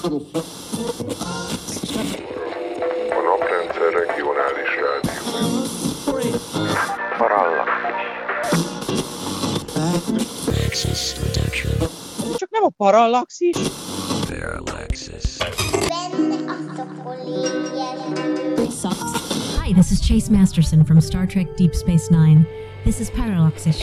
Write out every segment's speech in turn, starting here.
A Naprendszer Regionális Rádió. Csak nem a parallaxis. Hi, this is Chase Masterson from Star Trek Deep Space Nine. This is Parallax-ish.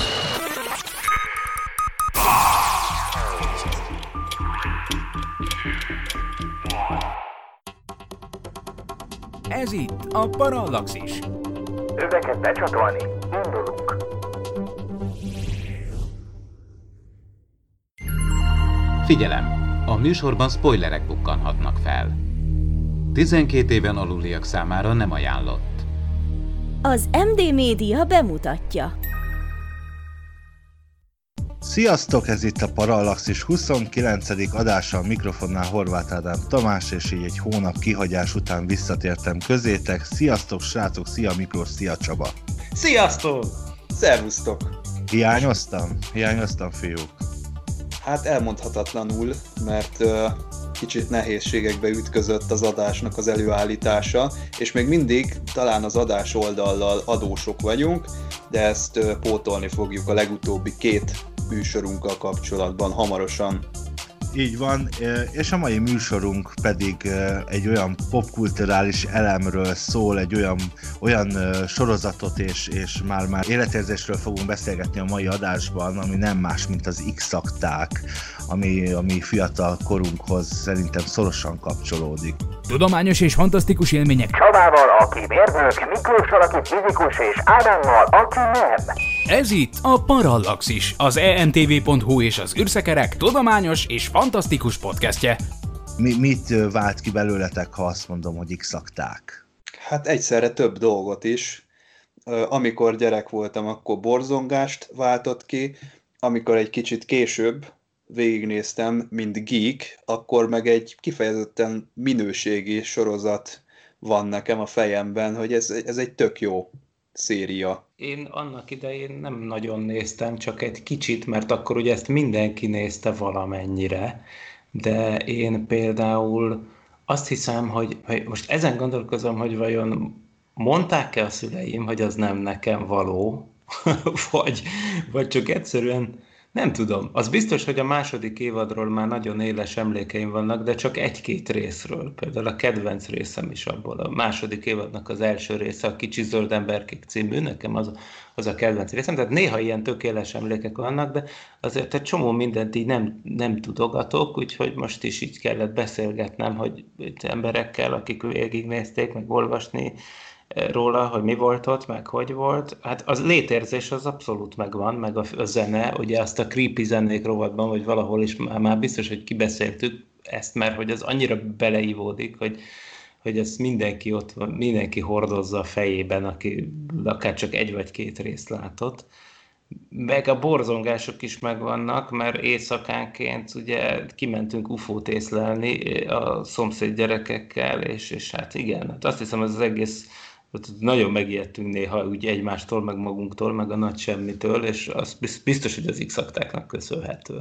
Ez itt a Parallaxis. Öveket becsatolni, indulunk. Figyelem! A műsorban spoilerek bukkanhatnak fel. 12 éven aluliak számára nem ajánlott. Az MD Média bemutatja. Sziasztok, ez itt a Parallaxis 29. adása, a mikrofonnál Horváth Ádám Tamás, és így egy hónap kihagyás után visszatértem közétek. Sziasztok srácok, szia Miklós, szia Csaba! Sziasztok! Szervusztok! Hiányoztam fiúk? Hát elmondhatatlanul, mert kicsit nehézségekbe ütközött az adásnak az előállítása, és még mindig talán az adás oldallal adósok vagyunk, de ezt pótolni fogjuk a legutóbbi 2 műsorunkkal kapcsolatban hamarosan. Így van, és a mai műsorunk pedig egy olyan popkulturális elemről szól, egy olyan sorozatot és már életérzésről fogunk beszélgetni a mai adásban, ami nem más, mint az X-akták, ami fiatal korunkhoz szerintem szorosan kapcsolódik. Tudományos és fantasztikus élmények Csabával, aki mérnök, Miklóssal, aki fizikus, és Ádámmal, aki nem. Ez itt a Parallaxis, az emtv.hu és az űrszekerek tudományos és fantasztikus podcastje. Mit vált ki belőletek, ha azt mondom, hogy X-akták? Hát egyszerre több dolgot is. Amikor gyerek voltam, akkor borzongást váltott ki, amikor egy kicsit később végignéztem, mint geek, akkor meg egy kifejezetten minőségi sorozat van nekem a fejemben, hogy ez egy tök jó széria. Én annak idején nem nagyon néztem, csak egy kicsit, mert akkor ugye ezt mindenki nézte valamennyire, de én például azt hiszem, hogy most ezen gondolkozom, hogy vajon mondták-e a szüleim, hogy az nem nekem való, vagy csak egyszerűen nem tudom. Az biztos, hogy a második évadról már nagyon éles emlékeim vannak, de csak 1-2 részről. Például a kedvenc részem is abból. A második évadnak az első része, a Kicsi Zöld Emberkék című, nekem az a kedvenc részem. Tehát néha ilyen tökéletes emlékek vannak, de azért egy csomó mindent így nem tudogatok, úgyhogy most is így kellett beszélgetnem, hogy emberekkel, akik végignézték, meg olvasni róla, hogy mi volt ott, meg hogy volt. Hát az létérzés az abszolút megvan, meg a zene, ugye azt a creepy zenék rovatban, vagy valahol is már biztos, hogy kibeszéltük ezt, mert hogy az annyira beleívódik, hogy ezt mindenki hordozza a fejében, aki akár csak 1 vagy 2 részt látott. Meg a borzongások is megvannak, mert éjszakánként ugye kimentünk UFO-t észlelni a szomszéd gyerekekkel, és hát igen, hát azt hiszem, az egész nagyon megijedtünk néha úgy egymástól, meg magunktól, meg a nagy semmitől, és az biztos, hogy az X-aktáknak köszönhető.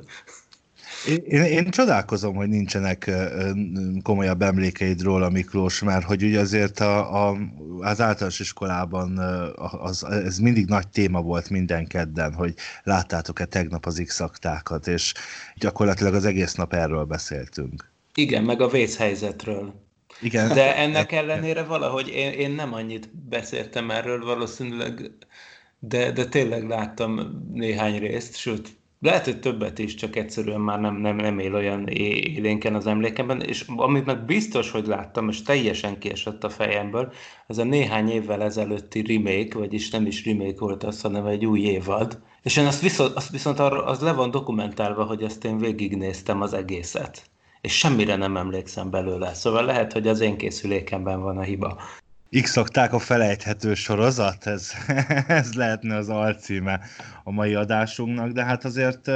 Én csodálkozom, hogy nincsenek komolyabb emlékeid róla, Miklós, mert hogy ugye azért az általános iskolában ez mindig nagy téma volt minden kedden, hogy láttátok-e tegnap az X-aktákat, és gyakorlatilag az egész nap erről beszéltünk. Igen, meg a vészhelyzetről. Igen. De ennek ellenére valahogy én nem annyit beszéltem erről valószínűleg, de tényleg láttam néhány részt, sőt, lehet, hogy többet is, csak egyszerűen már nem él olyan élénken az emlékemben, és amit meg biztos, hogy láttam, és teljesen kiesett a fejemből, az a néhány évvel ezelőtti remake, vagyis nem is remake volt az, hanem egy új évad, és én azt viszont arra, az le van dokumentálva, hogy ezt én végignéztem az egészet. És semmire nem emlékszem belőle. Szóval lehet, hogy az én készülékemben van a hiba. X-Akták a felejthető sorozat, ez lehetne az alcíme a mai adásunknak, de hát azért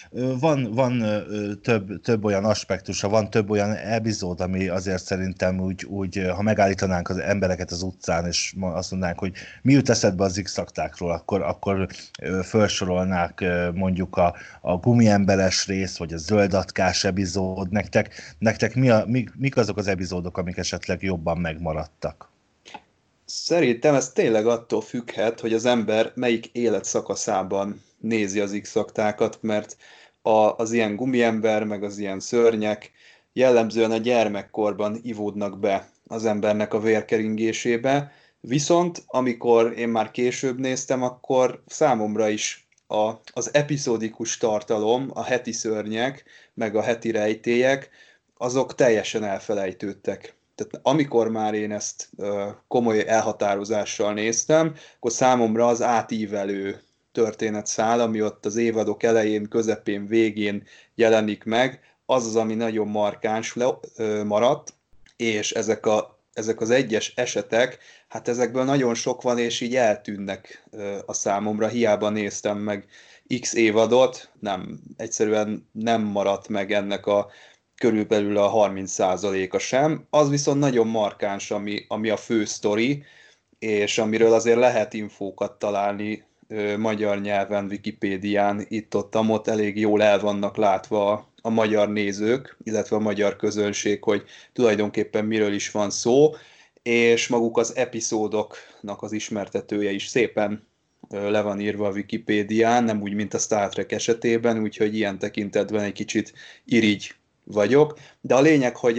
van több olyan aspektusa, van több olyan epizód, ami azért szerintem úgy, ha megállítanánk az embereket az utcán, és azt mondanánk, hogy mi jut eszedbe az X-Aktákról, akkor felsorolnák mondjuk a gumiemberes rész, vagy a zöldatkás epizód. Nektek mik azok az epizódok, amik esetleg jobban megmaradtak? Szerintem ez tényleg attól függhet, hogy az ember melyik életszakaszában nézi az X-Aktákat, mert az ilyen gumiember, meg az ilyen szörnyek jellemzően a gyermekkorban ivódnak be az embernek a vérkeringésébe, viszont amikor én már később néztem, akkor számomra is az epizódikus tartalom, a heti szörnyek, meg a heti rejtélyek, azok teljesen elfelejtődtek. Tehát amikor már én ezt komoly elhatározással néztem, akkor számomra az átívelő történetszál, ami ott az évadok elején, közepén, végén jelenik meg, az, ami nagyon markáns maradt, és ezek az egyes esetek, hát ezekből nagyon sok van, és így eltűnnek a számomra, hiába néztem meg X évadot, egyszerűen nem maradt meg ennek körülbelül a 30%-a sem. Az viszont nagyon markáns, ami a fő sztori, és amiről azért lehet infókat találni magyar nyelven, Wikipédián, itt-ott elég jól el vannak látva a magyar nézők, illetve a magyar közönség, hogy tulajdonképpen miről is van szó, és maguk az epizódoknak az ismertetője is szépen le van írva a Wikipédián, nem úgy, mint a Star Trek esetében, úgyhogy ilyen tekintetben egy kicsit irigy vagyok, de a lényeg, hogy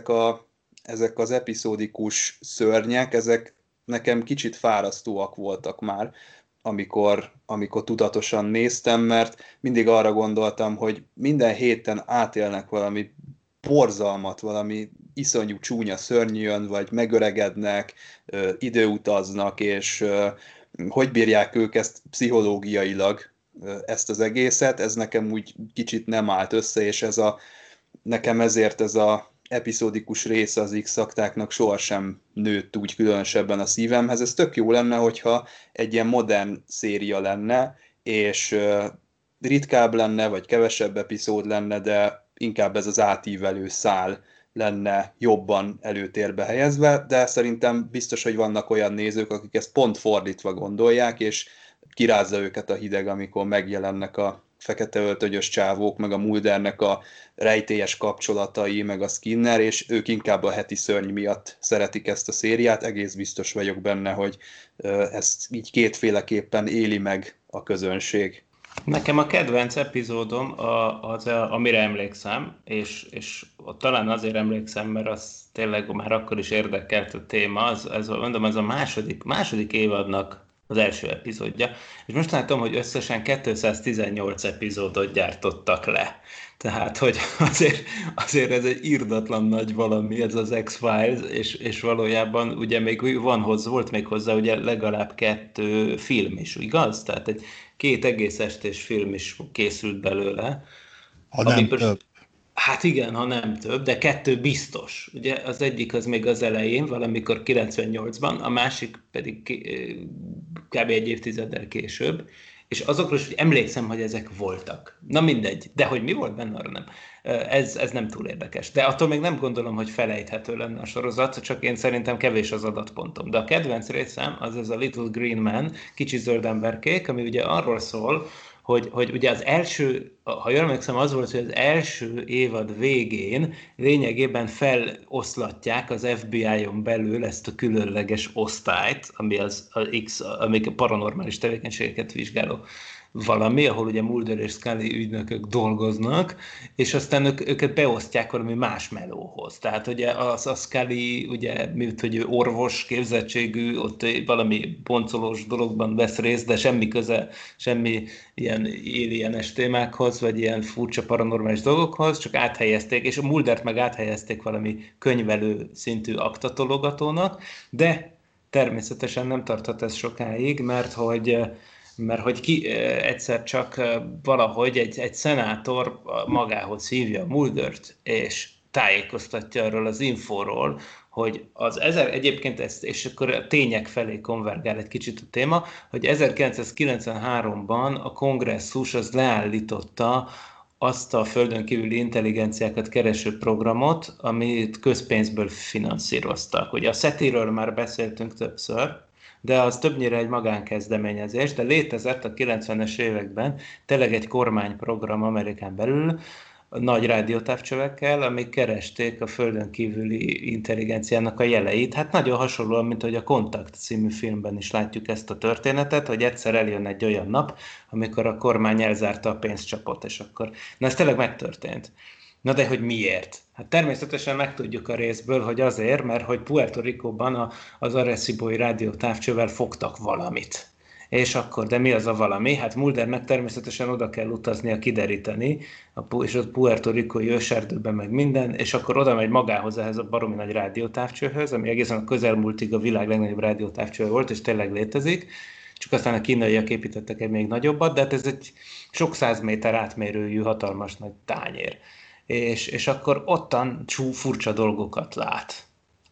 ezek az epizódikus szörnyek, ezek nekem kicsit fárasztóak voltak már, amikor tudatosan néztem, mert mindig arra gondoltam, hogy minden héten átélnek valami borzalmat, valami iszonyú csúnya szörny jön, vagy megöregednek, időutaznak, és hogy bírják ők ezt pszichológiailag, ezt az egészet, ez nekem úgy kicsit nem állt össze, és nekem ezért ez az epizódikus része az X-Aktáknak sohasem nőtt úgy különösebben a szívemhez. Ez tök jó lenne, hogyha egy ilyen modern széria lenne, és ritkább lenne, vagy kevesebb epizód lenne, de inkább ez az átívelő szál lenne jobban előtérbe helyezve, de szerintem biztos, hogy vannak olyan nézők, akik ezt pont fordítva gondolják, és kirázza őket a hideg, amikor megjelennek a fekete öltögyös csávók, meg a Muldernek a rejtélyes kapcsolatai, meg a Skinner, és ők inkább a heti szörny miatt szeretik ezt a szériát. Egész biztos vagyok benne, hogy ezt így kétféleképpen éli meg a közönség. Nekem a kedvenc epizódom az, amire emlékszem, és talán azért emlékszem, mert az tényleg már akkor is érdekelt a téma, ez a második évadnak az első epizódja, és most látom, hogy összesen 218 epizódot gyártottak le. Tehát, hogy azért ez egy irdatlan nagy valami, ez az X-Files, és valójában ugye még volt még hozzá ugye legalább 2 film is, igaz? Tehát egy 2 egész estés film is készült belőle. Ha nem több. Hát igen, ha nem több, de 2 biztos. Ugye az egyik az még az elején, valamikor 98-ban, a másik pedig kb. Egy évtizeddel később, és azokról is emlékszem, hogy ezek voltak. Na mindegy, de hogy mi volt benne, arra nem. Ez nem túl érdekes. De attól még nem gondolom, hogy felejthető lenne a sorozat, csak én szerintem kevés az adatpontom. De a kedvenc részem az ez a Little Green Man, kicsi zöld emberkék, ami ugye arról szól, hogy ugye az első, ha jól emlékszem, az volt, hogy az első évad végén lényegében feloszlatják az FBI-on belül ezt a különleges osztályt, ami amik a paranormális tevékenységeket vizsgáló valami, ahol ugye Mulder és Scully ügynökök dolgoznak, és aztán őket beosztják valami más melóhoz. Tehát ugye a Scully, ugye, mint hogy ő orvos képzettségű, ott valami boncolós dologban vesz részt, de semmi köze, semmi ilyen alienes témákhoz, vagy ilyen furcsa paranormális dolgokhoz, csak áthelyezték, és a Muldert meg áthelyezték valami könyvelő szintű aktatologatónak, de természetesen nem tarthat ez sokáig, mert hogy egyszer csak valahogy egy szenátor magához hívja Muldert, és tájékoztatja arról az infóról, hogy egyébként ezt, és akkor a tények felé konvergál egy kicsit a téma, hogy 1993-ban a kongresszus az leállította azt a földön kívüli intelligenciákat kereső programot, amit közpénzből finanszíroztak. Ugye a SETI-ről már beszéltünk többször, de az többnyire egy magánkezdeményezés, de létezett a 90-es években tényleg egy kormányprogram Amerikán belül, nagy rádiótávcsövekkel, amik keresték a földön kívüli intelligenciának a jeleit. Hát nagyon hasonlóan, mint hogy a Kontakt című filmben is látjuk ezt a történetet, hogy egyszer eljön egy olyan nap, amikor a kormány elzárta a pénzcsapot, és akkor... Na ez tényleg megtörtént. Na de hogy miért? Hát természetesen megtudjuk a részből, hogy azért, mert hogy Puerto Ricóban az Arecibo-i rádiótávcsővel fogtak valamit. És akkor, de mi az a valami? Hát Muldernek természetesen oda kell utaznia kideríteni, és ott Puerto Ricói őserdőben meg minden, és akkor oda megy magához ehhez a baromi nagy rádiótávcsőhöz, ami egészen a közelmúltig a világ legnagyobb rádiótávcső volt, és tényleg létezik, csak aztán a kínaiak építettek egy még nagyobbat, de hát ez egy sok 100 méter átmérőjű hatalmas nagy tányér. És akkor ottan furcsa dolgokat lát.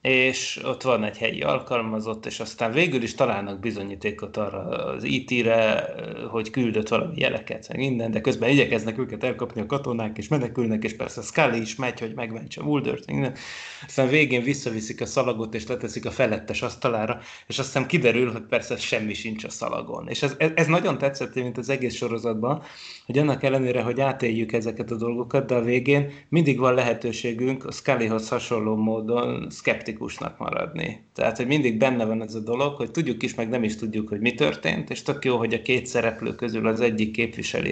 És ott van egy helyi alkalmazott, és aztán végül is találnak bizonyítékot arra az IT-re, hogy küldött valami jeleket, meg minden, de közben igyekeznek őket elkapni a katonák, és menekülnek, és persze Scully is megy, hogy megmentse Muldert, minden. Aztán végén visszaviszik a szalagot, és leteszik a felettes asztalára, és aztán kiderül, hogy persze semmi sincs a szalagon. És ez nagyon tetszett, mint az egész sorozatban, hogy annak ellenére, hogy átéljük ezeket a dolgokat, de a végén mindig van lehetőségünk a Scullyhoz hasonló módon szkeptikusnak maradni. Tehát, hogy mindig benne van ez a dolog, hogy tudjuk is, meg nem is tudjuk, hogy mi történt, és tök jó, hogy a két szereplő közül az egyik képviseli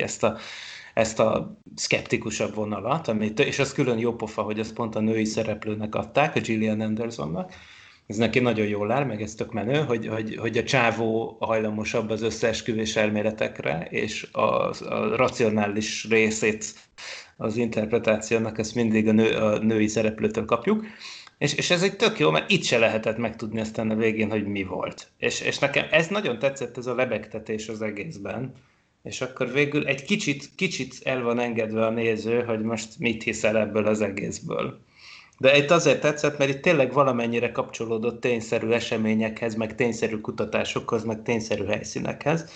ezt a szkeptikusabb vonalat, és az külön jó pofa, hogy azt pont a női szereplőnek adták, a Gillian Andersonnak. Ez neki nagyon jól áll, meg ez tök menő, hogy a csávó hajlamosabb az összeesküvés elméletekre, és a racionális részét az interpretációnak ezt mindig a női szereplőtől kapjuk. És ez egy tök jó, mert itt se lehetett megtudni aztán a végén, hogy mi volt. És nekem ez nagyon tetszett, ez a lebegtetés az egészben. És akkor végül egy kicsit el van engedve a néző, hogy most mit hiszel ebből az egészből. De itt azért tetszett, mert itt tényleg valamennyire kapcsolódott tényszerű eseményekhez, meg tényszerű kutatásokhoz, meg tényszerű helyszínekhez,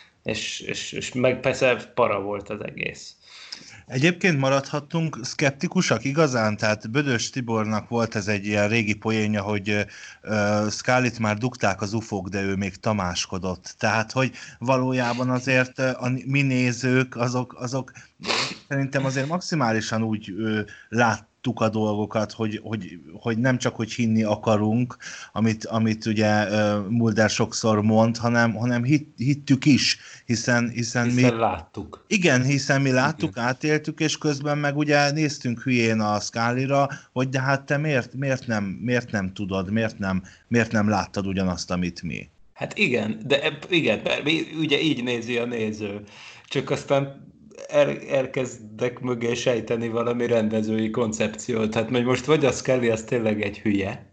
és meg persze para volt az egész. Egyébként maradhattunk szkeptikusak igazán, tehát Bödös Tibornak volt ez egy ilyen régi poénja, hogy Scullyt már dugták az ufók, de ő még tamáskodott. Tehát, hogy valójában azért a mi nézők, azok szerintem azért maximálisan úgy láttuk a dolgokat, hogy nem csak, hogy hinni akarunk, amit ugye Mulder sokszor mond, hanem hittük is, hiszen mi láttuk. Igen, hiszen mi láttuk, igen. Átéltük, és közben meg ugye néztünk hülyén a Scullyra, hogy de hát te miért nem tudod, miért nem láttad ugyanazt, amit mi? Hát igen, ugye így nézi a néző. Csak aztán elkezdek mögé sejteni valami rendezői koncepciót. Tehát most vagy a Scully az tényleg egy hülye,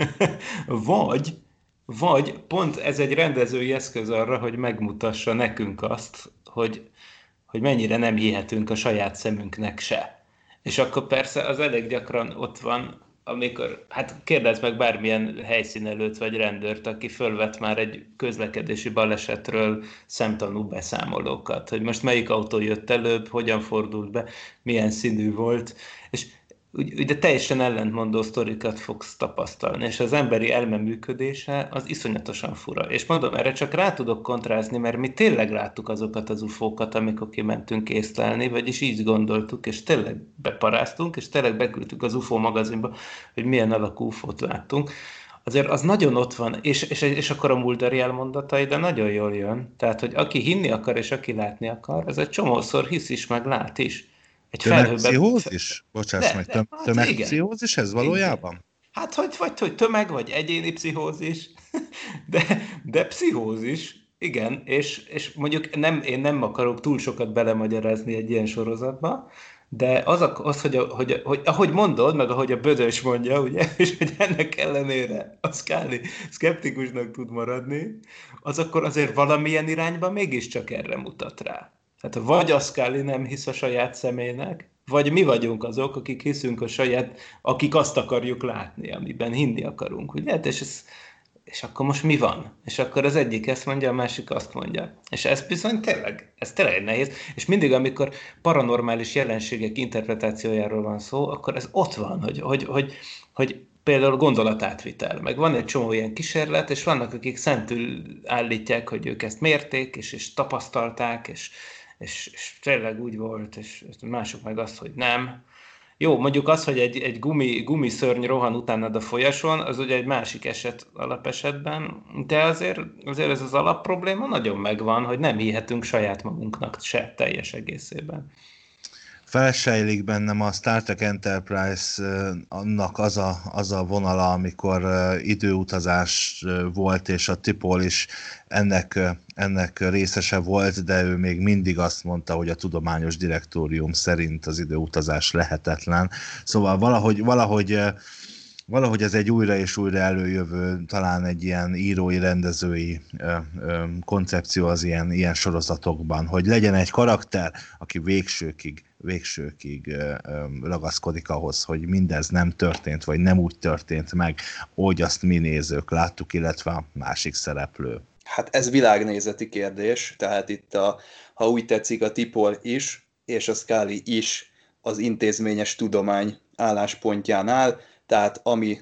vagy pont ez egy rendezői eszköz arra, hogy megmutassa nekünk azt, hogy mennyire nem hihetünk a saját szemünknek se. És akkor persze az elég gyakran ott van, amikor, hát kérdezz meg bármilyen helyszínelőt vagy rendőrt, aki fölvett már egy közlekedési balesetről szemtanú beszámolókat, hogy most melyik autó jött előbb, hogyan fordult be, milyen színű volt, és ugye teljesen ellentmondó sztorikat fogsz tapasztalni, és az emberi elme működése az iszonyatosan fura. És mondom, erre csak rá tudok kontrázni, mert mi tényleg láttuk azokat az ufókat, amikor kimentünk észlelni, vagyis így gondoltuk, és tényleg beparáztunk, és tényleg beküldtük az UFO magazinba, hogy milyen alakú ufót láttunk. Azért az nagyon ott van, és akkor a Mulderi elmondatai, de nagyon jól jön. Tehát, hogy aki hinni akar, és aki látni akar, ez egy csomószor hisz is, meg lát is. Tömegpszichózis? Bocsáss meg, tömegpszichózis ez valójában? Hát, hogy tömeg, vagy egyéni pszichózis, de pszichózis, igen, és mondjuk én nem akarok túl sokat belemagyarázni egy ilyen sorozatba, de az hogy ahogy mondod, meg ahogy a Bödös mondja, ugye, és hogy ennek ellenére a Scully szkeptikusnak tud maradni, az akkor azért valamilyen irányba mégiscsak erre mutat rá. Tehát vagy a Scully nem hisz a saját személynek, Vagy mi vagyunk azok, akik hiszünk akik azt akarjuk látni, amiben hinni akarunk, ugye? És akkor most mi van? És akkor az egyik ezt mondja, a másik azt mondja. És ez bizony tényleg nehéz. És mindig, amikor paranormális jelenségek interpretációjáról van szó, akkor ez ott van, hogy például gondolatátvitel. Meg van egy csomó ilyen kísérlet, és vannak, akik szentül állítják, hogy ők ezt mérték, és tapasztalták, és tényleg úgy volt, és mások meg azt, hogy nem. Jó, mondjuk az, hogy egy gumiszörny rohan utánad a folyosón, az ugye egy másik eset alapesetben, de azért ez az alapprobléma nagyon megvan, hogy nem hihetünk saját magunknak se teljes egészében. Felsejlik bennem a Star Trek Enterprise-nak az a vonala, amikor időutazás volt, és a T'Pol is ennek részese volt, de ő még mindig azt mondta, hogy a tudományos direktórium szerint az időutazás lehetetlen. Szóval valahogy ez egy újra és újra előjövő, talán egy ilyen írói, rendezői koncepció az ilyen sorozatokban, hogy legyen egy karakter, aki végsőkig ragaszkodik ahhoz, hogy mindez nem történt, vagy nem úgy történt meg, hogy azt mi nézők láttuk, illetve a másik szereplő. Hát ez világnézeti kérdés, tehát itt ha úgy tetszik, a T'Pol is, és a Scully is az intézményes tudomány álláspontján áll, tehát ami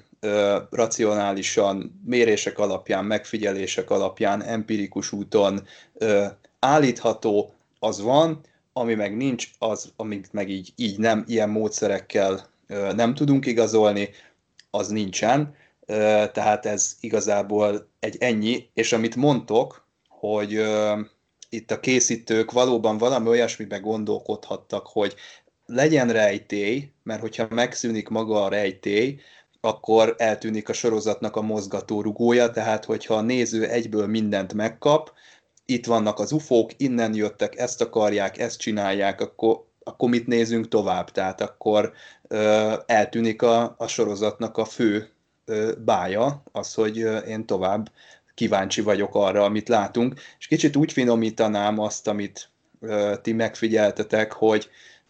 racionálisan, mérések alapján, megfigyelések alapján, empirikus úton állítható, az van, ami meg nincs, amit meg így nem, ilyen módszerekkel nem tudunk igazolni, az nincsen. Tehát ez igazából egy ennyi, és amit mondtok, hogy itt a készítők valóban valami olyasmiben gondolkodhattak, hogy legyen rejtély, mert hogyha megszűnik maga a rejtély, akkor eltűnik a sorozatnak a mozgatórugója, tehát hogyha a néző egyből mindent megkap, itt vannak az ufók, innen jöttek, ezt akarják, ezt csinálják, akkor mit nézünk tovább? Tehát akkor eltűnik a sorozatnak a fő bája, az, hogy én tovább kíváncsi vagyok arra, amit látunk, és kicsit úgy finomítanám azt, amit ti megfigyeltetek, hogy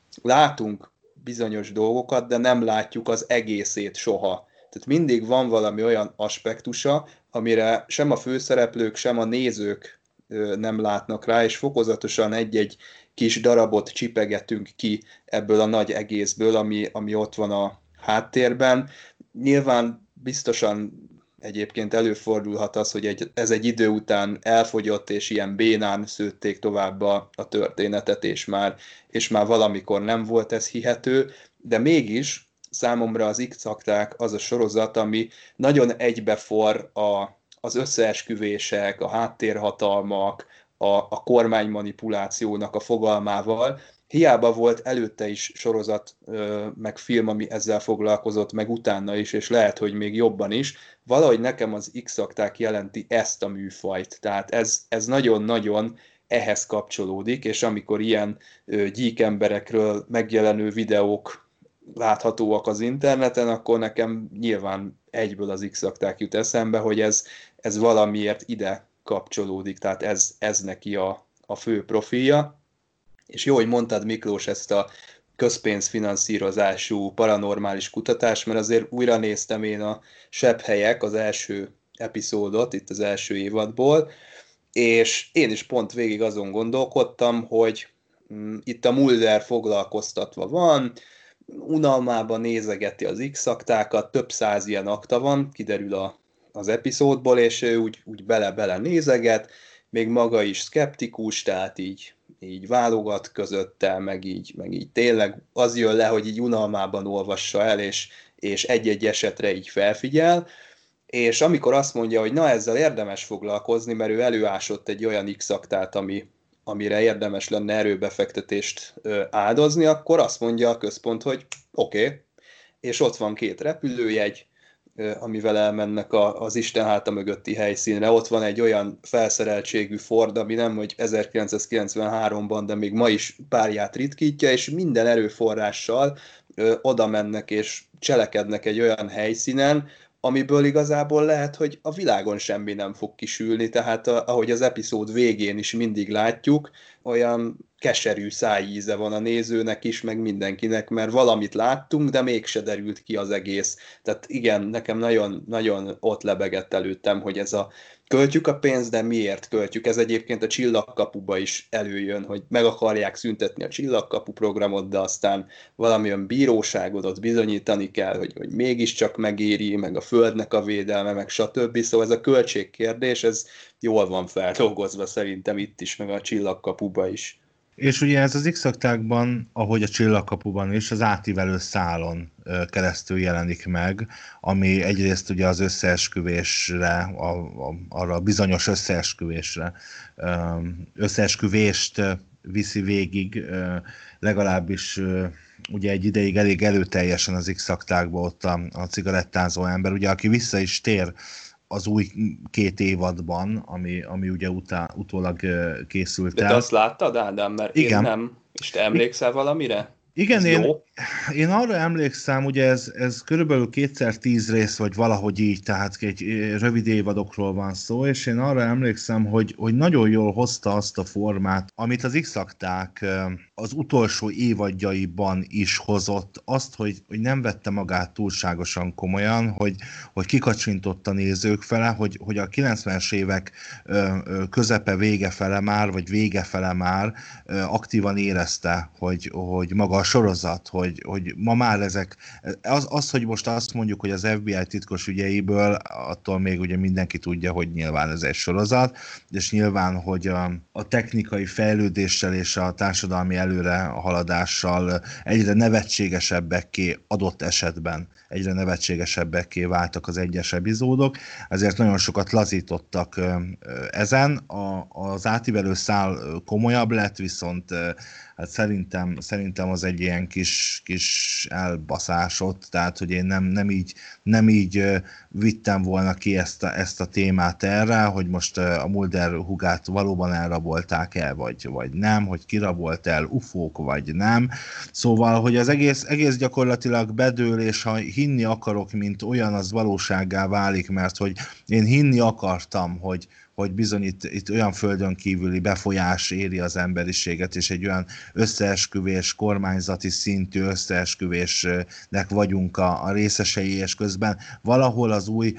látunk bizonyos dolgokat, de nem látjuk az egészét soha. Tehát mindig van valami olyan aspektusa, amire sem a főszereplők, sem a nézők nem látnak rá, és fokozatosan egy-egy kis darabot csipegetünk ki ebből a nagy egészből, ami ott van a háttérben. Nyilván biztosan egyébként előfordulhat az, hogy ez egy idő után elfogyott, és ilyen bénán szőtték tovább a történetet, és már valamikor nem volt ez hihető, de mégis számomra az X-akták az a sorozat, ami nagyon egybefor az összeesküvések, a háttérhatalmak, a kormánymanipulációnak a fogalmával. Hiába volt előtte is sorozat, meg film, ami ezzel foglalkozott, meg utána is, és lehet, hogy még jobban is. Valahogy nekem az X-akták jelenti ezt a műfajt. Tehát ez nagyon-nagyon ehhez kapcsolódik, és amikor ilyen gyík emberekről megjelenő videók láthatóak az interneten, akkor nekem nyilván egyből az X-akták jut eszembe, hogy ez valamiért ide kapcsolódik, tehát ez neki a fő profilja. És jó, hogy mondtad, Miklós, ezt a közpénzfinanszírozású paranormális kutatást, mert azért újra néztem én a Sebb helyek, az első epizódot, itt az első évadból, és én is pont végig azon gondolkodtam, hogy itt a Mulder foglalkoztatva van, unalmában nézegeti az X-aktákat, több száz ilyen akta van, kiderül az epizódból, és ő úgy bele-bele nézeget, még maga is szkeptikus, tehát így válogat közöttel, meg így tényleg az jön le, hogy így unalmában olvassa el, és egy-egy esetre így felfigyel, és amikor azt mondja, hogy na ezzel érdemes foglalkozni, mert ő előásott egy olyan X-aktát, amire érdemes lenne erőbefektetést áldozni, akkor azt mondja a központ, hogy oké, és ott van 2 repülőjegy, amivel elmennek az Isten háta mögötti helyszínre. Ott van egy olyan felszereltségű Ford, ami nem, hogy 1993-ban, de még ma is párját ritkítja, és minden erőforrással oda mennek és cselekednek egy olyan helyszínen, amiből igazából lehet, hogy a világon semmi nem fog kisülni, tehát ahogy az epizód végén is mindig látjuk, olyan keserű szájíze van a nézőnek is, meg mindenkinek, mert valamit láttunk, de mégse derült ki az egész. Tehát igen, nekem nagyon ott lebegett előttem, hogy ez a költjük a pénzt, de miért költjük? Ez egyébként a Csillagkapuba is előjön, hogy meg akarják szüntetni a Csillagkapu programot, de aztán valamilyen bíróságot bizonyítani kell, hogy mégiscsak megéri, meg a földnek a védelme, meg stb. Szóval ez a költségkérdés, ez jól van feldolgozva szerintem itt is, meg a Csillagkapuba is. És ugye ez az X-aktákban, ahogy a Csillagkapuban is, az átívelő szálon keresztül jelenik meg, ami egyrészt ugye az összeesküvésre, arra a bizonyos összeesküvést viszi végig, legalábbis ugye egy ideig elég előteljesen az X-aktákban ott a cigarettázó ember, ugye aki vissza is tér az új 2 évadban, ami ugye utólag készült el. De azt láttad, Ádám? Mert igen. Én nem. És te emlékszel valamire? Igen, én arra emlékszem, ugye ez körülbelül 2x10 rész, vagy valahogy így, tehát egy rövid évadokról van szó, és én arra emlékszem, hogy nagyon jól hozta azt a formát, amit az X-akták az utolsó évadjaiban is hozott, azt, hogy nem vette magát túlságosan komolyan, hogy kikacsintott a nézők fele, hogy a 90-es évek közepe vége fele már, vagy vége fele már aktívan érezte, hogy maga a sorozat, hogy ma már ezek, hogy most azt mondjuk, hogy az FBI titkos ügyeiből, attól még ugye mindenki tudja, hogy nyilván ez egy sorozat, és nyilván, hogy a technikai fejlődéssel és a társadalmi előrehaladással egyre nevetségesebbekké adott esetben egyre nevetségesebbekké váltak az egyes epizódok, ezért nagyon sokat lazítottak ezen. Az átívelő szál komolyabb lett, viszont hát szerintem az egy ilyen kis elbaszásod, tehát hogy én nem így vittem volna ki ezt a témát erre, hogy most a Mulder hugát valóban elrabolták el, vagy nem, hogy kirabolt el ufók, vagy nem. Szóval, hogy az egész gyakorlatilag bedől, és ha hinni akarok, mint olyan, az valósággá válik, mert hogy én hinni akartam, hogy bizony itt olyan földön kívüli befolyás éri az emberiséget, és egy olyan összeesküvés, kormányzati szintű összeesküvésnek vagyunk a részesei, és közben valahol az új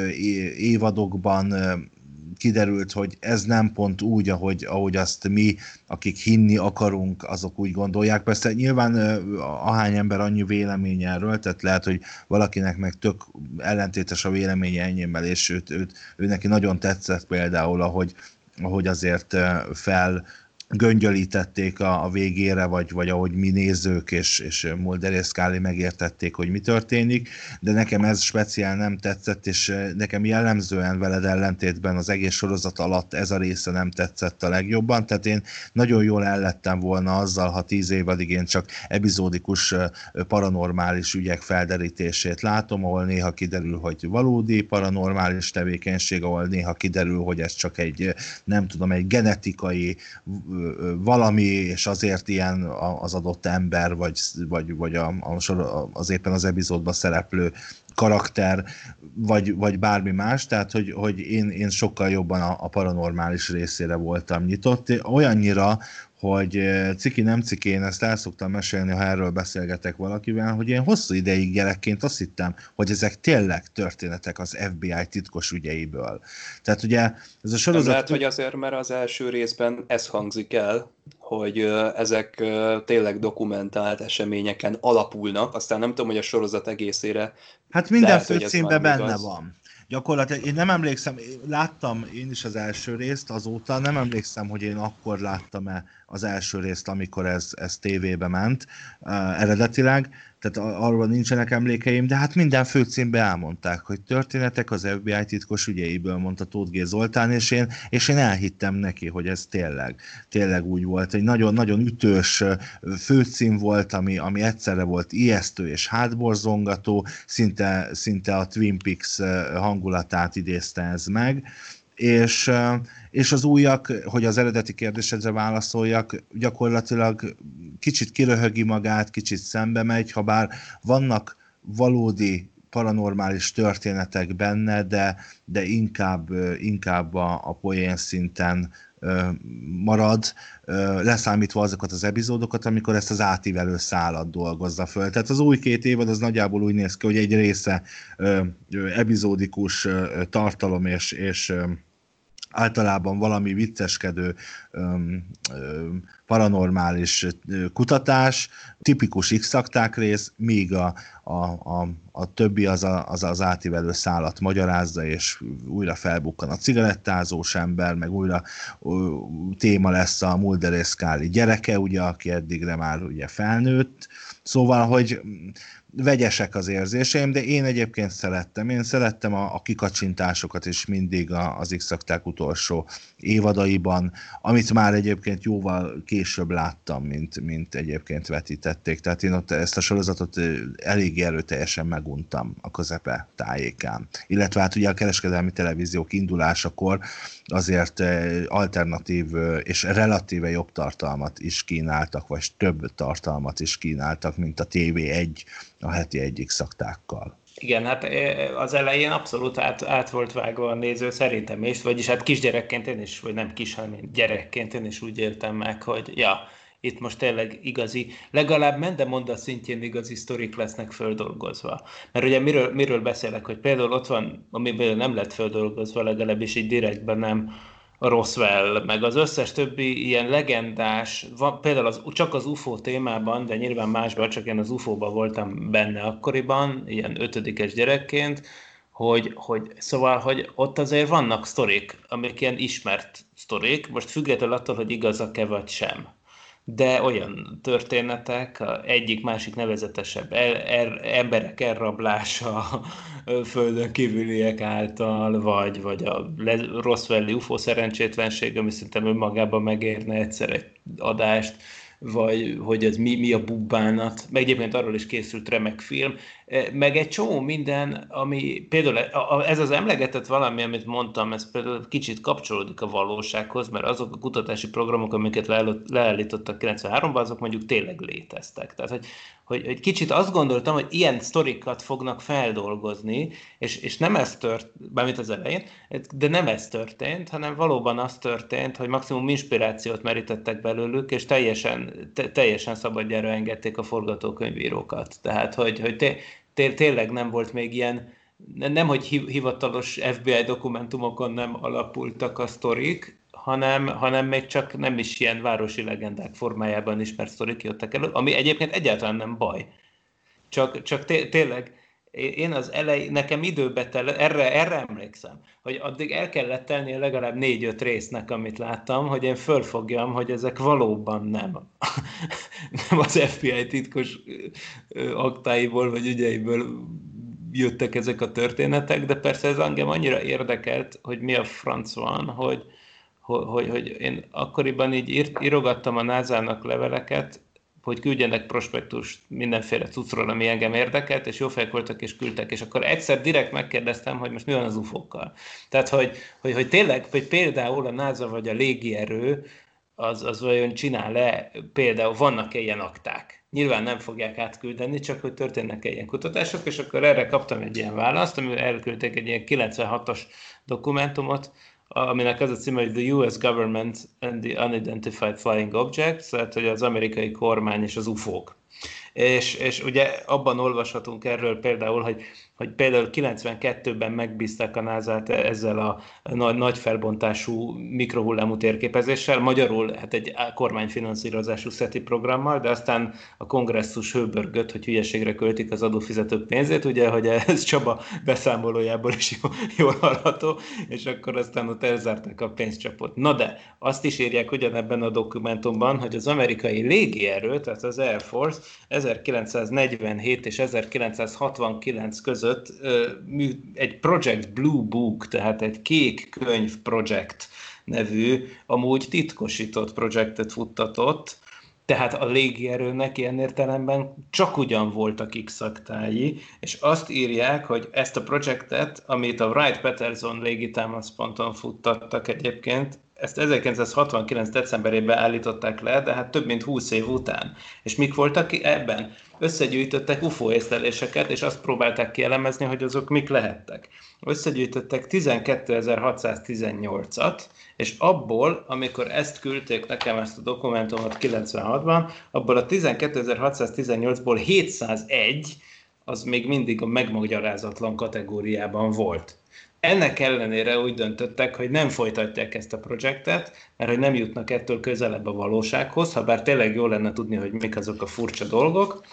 évadokban kiderült, hogy ez nem pont úgy, ahogy azt mi, akik hinni akarunk, azok úgy gondolják. Persze nyilván ahány ember annyi vélemény erről, tehát lehet, hogy valakinek meg tök ellentétes a véleménye enyémmel, és ő neki nagyon tetszett például, ahogy azért göngyölítették a végére, vagy ahogy mi nézők és Mulder és Scully megértették, hogy mi történik, de nekem ez speciál nem tetszett, és nekem jellemzően veled ellentétben az egész sorozat alatt ez a része nem tetszett a legjobban, tehát én nagyon jól ellettem volna azzal, ha 10 évadig én csak epizódikus paranormális ügyek felderítését látom, ahol néha kiderül, hogy valódi paranormális tevékenység, ahol néha kiderül, hogy ez csak egy genetikai valami, és azért ilyen az adott ember, vagy az éppen az epizódban szereplő karakter, vagy bármi más, tehát hogy én sokkal jobban a paranormális részére voltam nyitott, olyannyira, hogy ciki nem ciki, én ezt el szoktam mesélni, ha erről beszélgetek valakivel, hogy én hosszú ideig gyerekként azt hittem, hogy ezek tényleg történetek az FBI titkos ügyeiből. Tehát ugye ez a sorozat... Nem lehet, hogy azért, mert az első részben ez hangzik el, hogy ezek tényleg dokumentált eseményeken alapulnak, aztán nem tudom, hogy a sorozat egészére... Hát minden főcímben benne van. Gyakorlatilag én nem emlékszem, láttam én is az első részt azóta, nem emlékszem, hogy én akkor láttam-e az első részt, amikor ez tévébe ment eredetileg, tehát arról nincsenek emlékeim, de hát minden főcímben elmondták, hogy történetek az FBI titkos ügyeiből, mondta Tóth G. Zoltán, és én elhittem neki, hogy ez tényleg úgy volt. Egy nagyon-nagyon ütős főcím volt, ami egyszerre volt ijesztő és hátborzongató, szinte a Twin Peaks hangulatát idézte ez meg, és az újak, hogy az eredeti kérdésedre válaszoljak, gyakorlatilag kicsit kiröhögi magát, kicsit szembe megy, ha bár vannak valódi paranormális történetek benne, de inkább a poén szinten marad, leszámítva azokat az epizódokat, amikor ezt az átívelő szálat dolgozza föl. Tehát az új 2 évad az nagyjából úgy néz ki, hogy egy része epizódikus tartalom és általában valami vicceskedő, paranormális kutatás, tipikus X-akták rész, míg a többi az átívelő szálat magyarázza, és újra felbukkan a cigarettázós ember, meg újra téma lesz a Mulder és Scully gyereke, ugye, aki eddigre már ugye felnőtt. Szóval, hogy vegyesek az érzéseim, de én egyébként szerettem. Én szerettem a kikacsintásokat is mindig az X-akták utolsó évadaiban, amit már egyébként jóval később láttam, mint egyébként vetítették. Tehát én ott ezt a sorozatot elég erőteljesen meguntam a közepe tájékán. Illetve hát ugye a kereskedelmi televíziók indulásakor azért alternatív és relatíve jobb tartalmat is kínáltak, vagy több tartalmat is kínáltak, mint a TV1 a heti egyik X-aktákkal. Igen, hát az elején abszolút át volt vágva a néző szerintem is, vagyis hát kisgyerekként én is, vagy nem kis, hanem gyerekként én is úgy éltem meg, hogy ja, itt most tényleg igazi, legalább Mendemonda szintjén igazi sztorik lesznek földolgozva. Mert ugye miről beszélek, hogy például ott van, amiből nem lett földolgozva, legalábbis így direktben nem, a Roswell, meg az összes többi ilyen legendás, például csak az UFO témában, de nyilván másban, csak én az UFO-ban voltam benne akkoriban, ilyen 5-es gyerekként, hogy szóval, hogy ott azért vannak sztorik, amik ilyen ismert sztorik, most függetlenül attól, hogy igazak-e vagy sem. De olyan történetek, egyik-másik nevezetesebb emberek elrablása földön kívüliek által, vagy a Roswell-i UFO szerencsétlenség, ami szerintem önmagában megérne egyszer egy adást, vagy hogy ez mi a bubbánat, meg egyébként arról is készült remek film, meg egy csomó minden, ami például ez az emlegetett valami, amit mondtam, ez például kicsit kapcsolódik a valósághoz, mert azok a kutatási programok, amiket leállítottak 93-ban, azok mondjuk tényleg léteztek. Tehát, hogy kicsit azt gondoltam, hogy ilyen sztorikat fognak feldolgozni, és nem ez történt, bármint az elején, de nem ez történt, hanem valóban az történt, hogy maximum inspirációt merítettek belőlük, és teljesen szabadjára engedték a forgatókönyvírókat. Tehát, hogy tényleg nem volt még ilyen, nem hogy hivatalos FBI dokumentumokon nem alapultak a sztorik, hanem még csak nem is ilyen városi legendák formájában ismert sztorik jöttek elő, ami egyébként egyáltalán nem baj. Csak tényleg én az nekem időbe erre emlékszem, hogy addig el kellett tennie legalább 4-5 résznek, amit láttam, hogy én fölfogjam, hogy ezek valóban nem az FBI titkos aktáiból vagy ügyeiből jöttek ezek a történetek, de persze ez engem annyira érdekelt, hogy mi a franc van, hogy én akkoriban így írogattam a NASA-nak leveleket, hogy küldjenek prospektust mindenféle cuccról, ami engem érdekelt, és jó fejek voltak, és küldtek. És akkor egyszer direkt megkérdeztem, hogy most mi van az UFO-kkal. Tehát, hogy tényleg, hogy például a NASA vagy a légierő, az vajon csinál-e, például vannak-e ilyen akták? Nyilván nem fogják átküldeni, csak hogy történnek-e ilyen kutatások, és akkor erre kaptam egy ilyen választ, amivel elküldték egy ilyen 96-os dokumentumot, aminek az a címe, hogy The US Government and the Unidentified Flying Objects, tehát hogy az amerikai kormány és az UFO-k. És ugye abban olvashatunk erről például, hogy például 92-ben megbízták a NASA-t ezzel a nagy felbontású mikrohullámú térképezéssel, magyarul hát egy kormányfinanszírozású SETI programmal, de aztán a kongresszus hőbörgött, hogy hülyeségre költik az adófizetők pénzét, ugye, hogy ez Csaba beszámolójából is jól hallható, és akkor aztán ott elzárták a pénzcsapot. Na de azt is írják ugyanebben a dokumentumban, hogy az amerikai légierő, tehát az Air Force 1947 és 1969 között egy Project Blue Book, tehát egy kék könyv projekt nevű, amúgy titkosított projektet futtatott, tehát a légierőnek ilyen értelemben csak ugyan voltak X-aktái, és azt írják, hogy ezt a projektet, amit a Wright-Patterson légitámaszponton futtattak egyébként, ezt 1969. decemberében állították le, de hát több mint 20 év után. És mik voltak ebben? Összegyűjtöttek UFO észleléseket, és azt próbálták kielemezni, hogy azok mik lehettek. Összegyűjtöttek 12.618-at, és abból, amikor ezt küldték nekem, ezt a dokumentumot 96-ban, abból a 12.618-ból 701 az még mindig a megmagyarázatlan kategóriában volt. Ennek ellenére úgy döntöttek, hogy nem folytatják ezt a projektet, mert hogy nem jutnak ettől közelebb a valósághoz, ha bár tényleg jó lenne tudni, hogy mik azok a furcsa dolgok,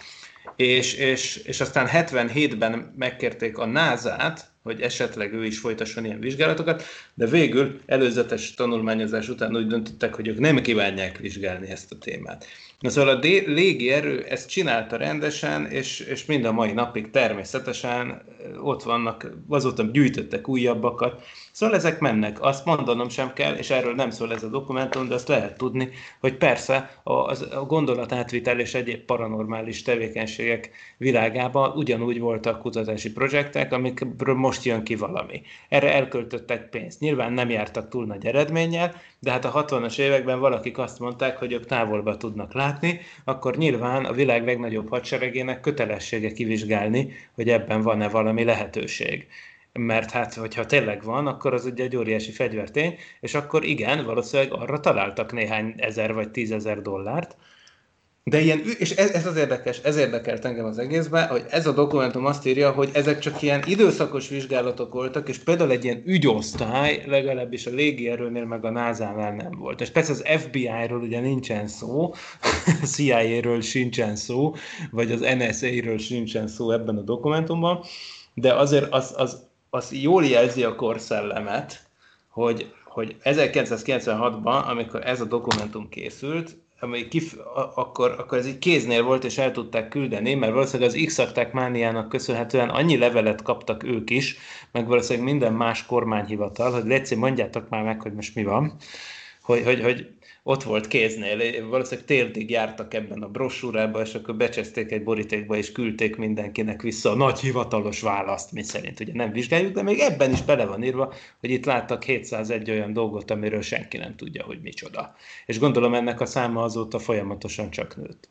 és aztán 77-ben megkérték a NASA-t, hogy esetleg ő is folytasson ilyen vizsgálatokat, de végül előzetes tanulmányozás után úgy döntöttek, hogy ők nem kívánják vizsgálni ezt a témát. Na szóval a légierő ezt csinálta rendesen, és mind a mai napig természetesen ott vannak, azóta gyűjtöttek újabbakat. Szóval ezek mennek, azt mondanom sem kell, és erről nem szól ez a dokumentum, de azt lehet tudni, hogy persze a gondolatátvitel és egyéb paranormális tevékenységek világában ugyanúgy voltak kutatási projektek, amikről most jön ki valami. Erre elköltöttek pénzt. Nyilván nem jártak túl nagy eredménnyel, de hát a 60-as években valakik azt mondták, hogy ők távolba tudnak látni, akkor nyilván a világ legnagyobb hadseregének kötelessége kivizsgálni, hogy ebben van-e valami lehetőség. Mert hát, hogyha tényleg van, akkor az ugye egy óriási fegyvertény, és akkor igen, valószínűleg arra találtak néhány ezer vagy 10 000 dollárt. De ilyen, és ez az érdekes, ez érdekelt engem az egészben, hogy ez a dokumentum azt írja, hogy ezek csak ilyen időszakos vizsgálatok voltak, és például egy ilyen ügyosztály legalábbis a légierőnél meg a NASA-nál nem volt. És persze az FBI-ról ugye nincsen szó, a CIA-ről sincsen szó, vagy az NSA-ről sincsen szó ebben a dokumentumban, de azért az jól jelzi a korszellemet, hogy 1996-ban, amikor ez a dokumentum készült, akkor ez így kéznél volt, és el tudták küldeni, mert valószínűleg az X-akták mániának köszönhetően annyi levelet kaptak ők is, meg valószínűleg minden más kormányhivatal, hogy légy mondjátok már meg, hogy most mi van, hogy ott volt kéznél, valószínűleg térdig jártak ebben a brossúrában, és akkor becseszték egy borítékba, és küldték mindenkinek vissza a nagy hivatalos választ, mi szerint ugye nem vizsgáljuk, de még ebben is bele van írva, hogy itt láttak 701 olyan dolgot, amiről senki nem tudja, hogy micsoda. És gondolom ennek a száma azóta folyamatosan csak nőtt.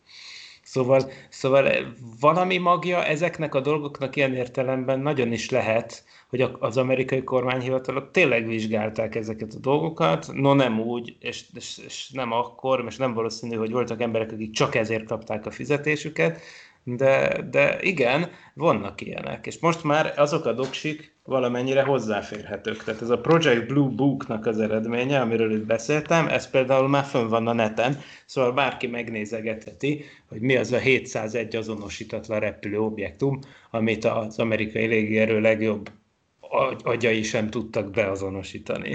Szóval valami magja ezeknek a dolgoknak ilyen értelemben nagyon is lehet, hogy az amerikai kormányhivatalok tényleg vizsgálták ezeket a dolgokat, no nem úgy, és nem akkor, és nem valószínű, hogy voltak emberek, akik csak ezért kapták a fizetésüket, de igen, vannak ilyenek. És most már azok a doksik valamennyire hozzáférhetők. Tehát ez a Project Blue Book-nak az eredménye, amiről itt beszéltem, ez például már fönn van a neten, szóval bárki megnézegetheti, hogy mi az a 701 azonosítatlan repülő objektum, amit az amerikai légierő legjobb agyai sem tudtak beazonosítani.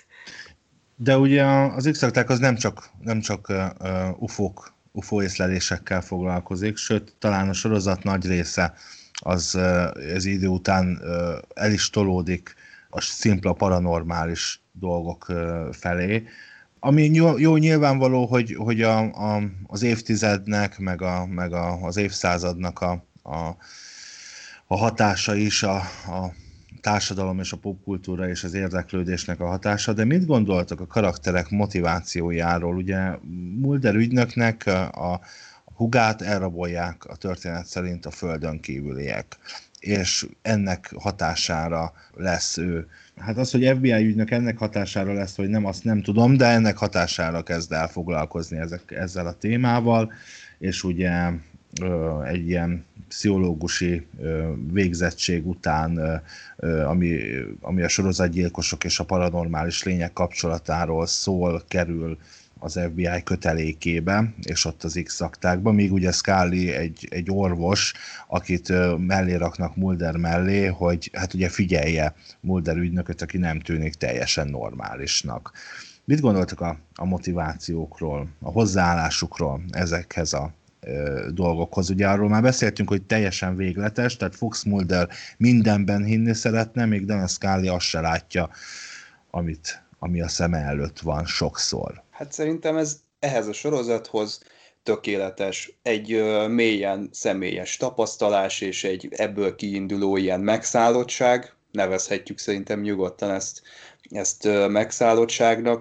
De ugye az X-akták az nem csak UFO észlelésekkel foglalkozik, sőt, talán a sorozat nagy része az idő után el is tolódik a szimpla paranormális dolgok felé. Ami jó nyilvánvaló, hogy az évtizednek, meg az évszázadnak a hatása is a társadalom és a popkultúra és az érdeklődésnek a hatása, de mit gondoltak a karakterek motivációjáról? Ugye Mulder ügynöknek a hugát elrabolják a történet szerint a földön kívüliek, és ennek hatására lesz ő. Hát az, hogy FBI ügynök ennek hatására lesz, vagy nem, azt nem tudom, de ennek hatására kezd el foglalkozni ezzel a témával, és ugye egy ilyen pszichológusi végzettség után, ami a sorozatgyilkosok és a paranormális lények kapcsolatáról szól, kerül az FBI kötelékébe, és ott az X-aktákban, míg ugye Scully egy orvos, akit mellé raknak Mulder mellé, hogy hát ugye figyelje Mulder ügynököt, aki nem tűnik teljesen normálisnak. Mit gondoltak a motivációkról, a hozzáállásukról ezekhez a dolgokhoz? Ugye arról már beszéltünk, hogy teljesen végletes, tehát Fox Mulder mindenben hinni szeretne, még Dana Scully azt se látja, ami a szeme előtt van sokszor. Hát szerintem ez ehhez a sorozathoz tökéletes. Egy mélyen személyes tapasztalás, és egy ebből kiinduló ilyen megszállottság, nevezhetjük szerintem nyugodtan ezt megszállottságnak,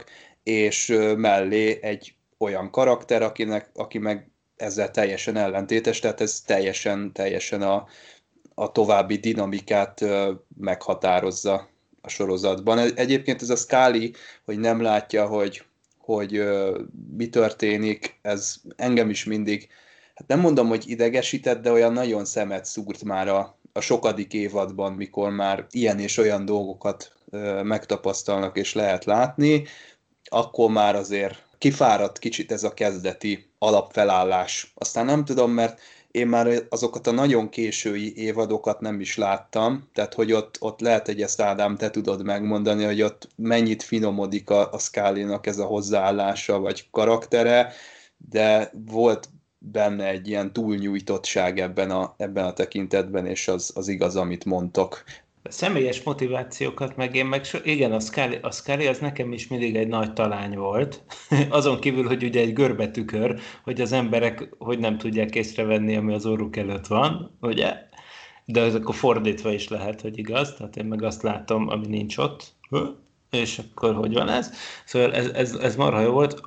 és mellé egy olyan karakter, aki meg ezzel teljesen ellentétes, tehát ez teljesen a további dinamikát meghatározza a sorozatban. Egyébként ez a Scully, hogy nem látja, hogy mi történik, ez engem is mindig, hát nem mondom, hogy idegesített, de olyan nagyon szemet szúrt már a sokadik évadban, mikor már ilyen és olyan dolgokat megtapasztalnak és lehet látni, akkor már azért kifáradt kicsit ez a kezdeti alapfelállás. Aztán nem tudom, mert én már azokat a nagyon késői évadokat nem is láttam, tehát hogy ott lehet, hogy ezt Ádám, te tudod megmondani, hogy ott mennyit finomodik a Scully-nak ez a hozzáállása vagy karaktere, de volt benne egy ilyen túlnyújtottság ebben a tekintetben, és az igaz, amit mondtok. A személyes motivációkat igen, a Scully az nekem is mindig egy nagy talány volt. Azon kívül, hogy ugye egy görbetükör, hogy az emberek hogy nem tudják észrevenni, ami az orruk előtt van, ugye? De ez akkor fordítva is lehet, hogy igaz, tehát én meg azt látom, ami nincs ott. És akkor hogy van ez? Szóval ez marha jó volt.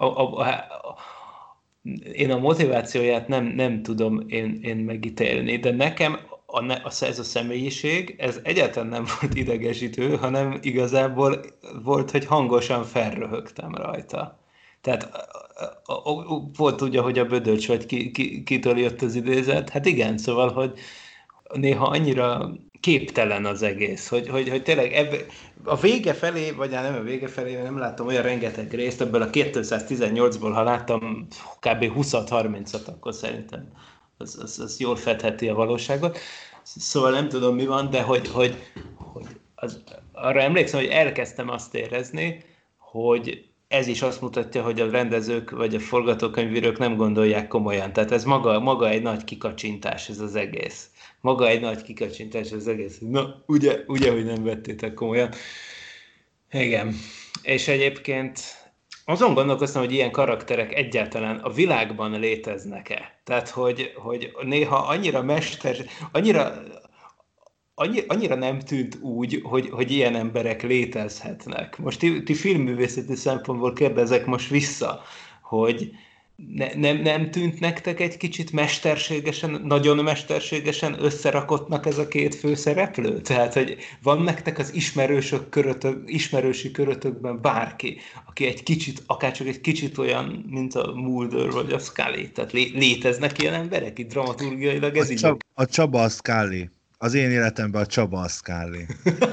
Én a motivációját nem tudom én megítélni, de nekem ez a személyiség, ez egyáltalán nem volt idegesítő, hanem igazából volt, hogy hangosan felröhögtem rajta. Tehát volt ugye, hogy a Bödöcs, vagy kitől jött az idézet. Hát igen, szóval, hogy néha annyira képtelen az egész, hogy tényleg a vége felé, vagy nem a vége felé, nem láttam olyan rengeteg részt, ebből a 218-ból, ha láttam kb. 20-30-at, akkor szerintem az jól fedheti a valóságot. Szóval nem tudom, mi van, de hogy arra emlékszem, hogy elkezdtem azt érezni, hogy ez is azt mutatja, hogy a rendezők vagy a forgatókönyvírók nem gondolják komolyan. Tehát ez maga egy nagy kikacsintás, ez az egész. Maga egy nagy kikacsintás, az egész. Na, ugye, hogy nem vettétek komolyan. Igen. És egyébként azon gondolkoztam, hogy ilyen karakterek egyáltalán a világban léteznek-e. Tehát, hogy néha annyira nem tűnt úgy, hogy ilyen emberek létezhetnek. Most ti filmművészeti szempontból kérdezek most vissza, hogy nem tűnt nektek egy kicsit mesterségesen, nagyon mesterségesen összerakottnak ez a két főszereplő? Tehát, hogy van nektek az ismerősi körötökben bárki, aki egy kicsit, akárcsak egy kicsit olyan, mint a Mulder vagy a Scully? Tehát léteznek ilyen emberek itt dramaturgiailag? Ez A Csaba a Scully. Az én életemben a Csaba a Scully.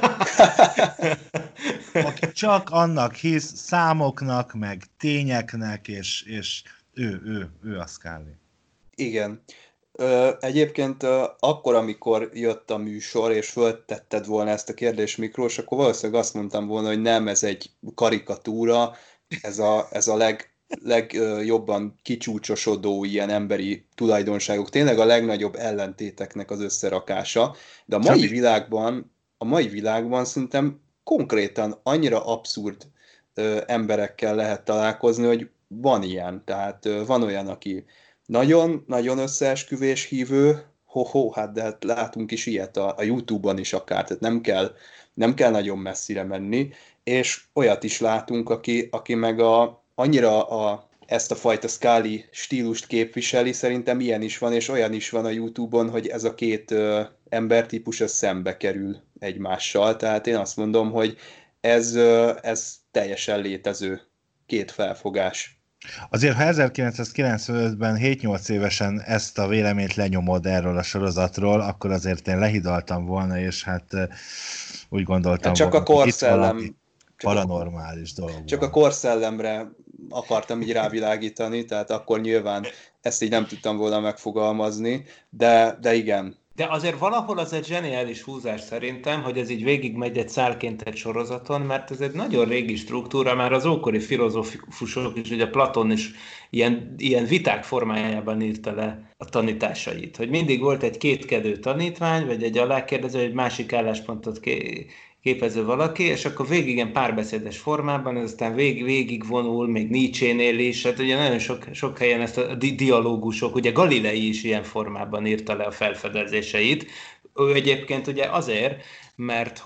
Aki csak annak hisz, számoknak, meg tényeknek, és ő a Scully. Igen. Egyébként akkor, amikor jött a műsor, és föltetted volna ezt a kérdést Miklós, akkor valószínűleg azt mondtam volna, hogy nem, ez egy karikatúra, ez a legjobban kicsúcsosodó ilyen emberi tulajdonságok, tényleg a legnagyobb ellentéteknek az összerakása, de a mai világban szerintem konkrétan annyira abszurd emberekkel lehet találkozni, hogy van ilyen, tehát van olyan, aki nagyon összeesküvés hívő, hát de hát látunk is ilyet a YouTube-on is akár, tehát nem kell nagyon messzire menni, és olyat is látunk, aki meg ezt a fajta Scully stílust képviseli, szerintem ilyen is van, és olyan is van a YouTube-on, hogy ez a két embertípus szembe kerül egymással, tehát én azt mondom, hogy ez teljesen létező két felfogás. Azért, ha 1995-ben 7-8 évesen ezt a véleményt lenyomod erről a sorozatról, akkor azért én lehidaltam volna, és hát úgy gondoltam csak volna, a korszellem, paranormális dolog. Csak a korszellemre akartam így rávilágítani, tehát akkor nyilván ezt így nem tudtam volna megfogalmazni, de igen. De azért valahol az egy zseniális húzás szerintem, hogy ez így végigmegy egy szálként egy sorozaton, mert ez egy nagyon régi struktúra, már az ókori filozófusok is, ugye Platon is ilyen viták formájában írta le a tanításait. Hogy mindig volt egy kétkedő tanítvány, vagy egy alákérdező, egy másik álláspontot képező valaki, és akkor végig ilyen párbeszédes formában, ez aztán végig vonul, még Nietzsénél is, hát ugye nagyon sok helyen ezt a dialógusok, ugye Galilei is ilyen formában írta le a felfedezéseit, Ő egyébként ugye azért, mert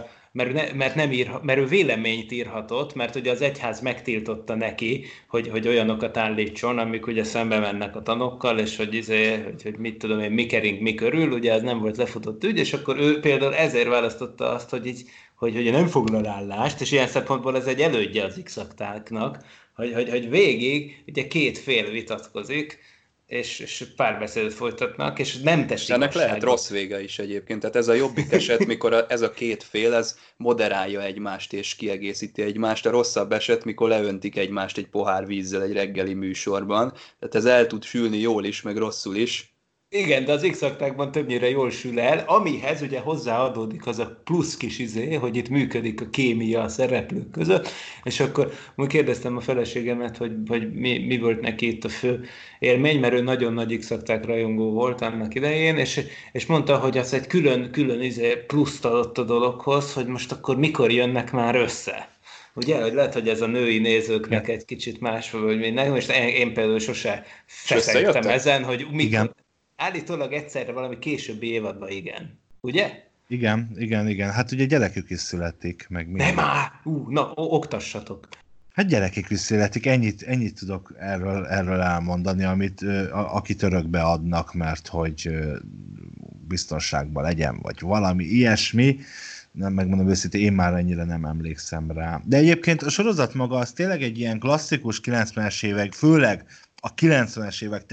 ő véleményt írhatott, mert ugye az egyház megtiltotta neki, hogy olyanokat állítson, amik ugye szembe mennek a tanokkal, és hogy mit tudom én, mi kering mi körül, ugye ez nem volt lefutott ügy, és akkor ő például ezért választotta azt, hogy nem foglal állást, és ilyen szempontból ez egy elődje az X-aktáknak, hogy végig ugye két fél vitatkozik, és párbeszédet folytatnak, és nem teszik. Ennek lehet rossz vége is egyébként. Tehát ez a jobbik eset, mikor ez a két fél, ez moderálja egymást és kiegészíti egymást. A rosszabb eset, mikor leöntik egymást egy pohár vízzel egy reggeli műsorban. Tehát ez el tud sülni jól is, meg rosszul is. Igen, de az X-aktákban többnyire jól sül el, amihez ugye hozzáadódik az a plusz kis hogy itt működik a kémia a szereplők között, és akkor kérdeztem a feleségemet, hogy mi volt neki itt a fő élmény, mert ő nagyon nagy X-akták rajongó volt annak idején, és mondta, hogy az egy külön pluszt adott a dologhoz, hogy most akkor mikor jönnek már össze. Ugye, hogy lehet, hogy ez a női nézőknek egy kicsit más, vagy minden, és én például sose feszegtem ezen, hogy mikor... Állítólag egyszerre valami későbbi évadban, igen. Ugye? Igen. Hát ugye gyerekük is születik, meg minden. Nem már! Oktassatok. Hát gyerekek is születik, ennyit tudok erről elmondani, akit örökbe adnak, mert hogy biztonságban legyen, vagy valami ilyesmi. Nem, megmondom őszintén, én már ennyire nem emlékszem rá. De egyébként a sorozat maga az tényleg egy ilyen klasszikus 90-es évek, főleg a 90-es évek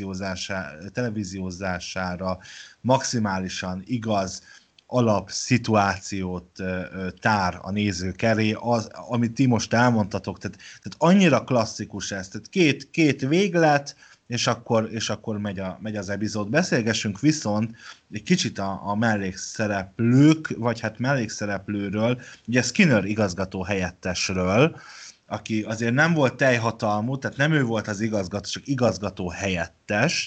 televíziózására maximálisan igaz alapszituációt tár a nézők elé, amit ti most elmondtatok, tehát annyira klasszikus ez, tehát két véglet, és akkor megy az epizód. Beszélgessünk viszont egy kicsit a mellékszereplők, vagy hát mellékszereplőről, ugye Skinner igazgató helyettesről, aki azért nem volt teljhatalmú, tehát nem ő volt az igazgató, csak igazgató helyettes,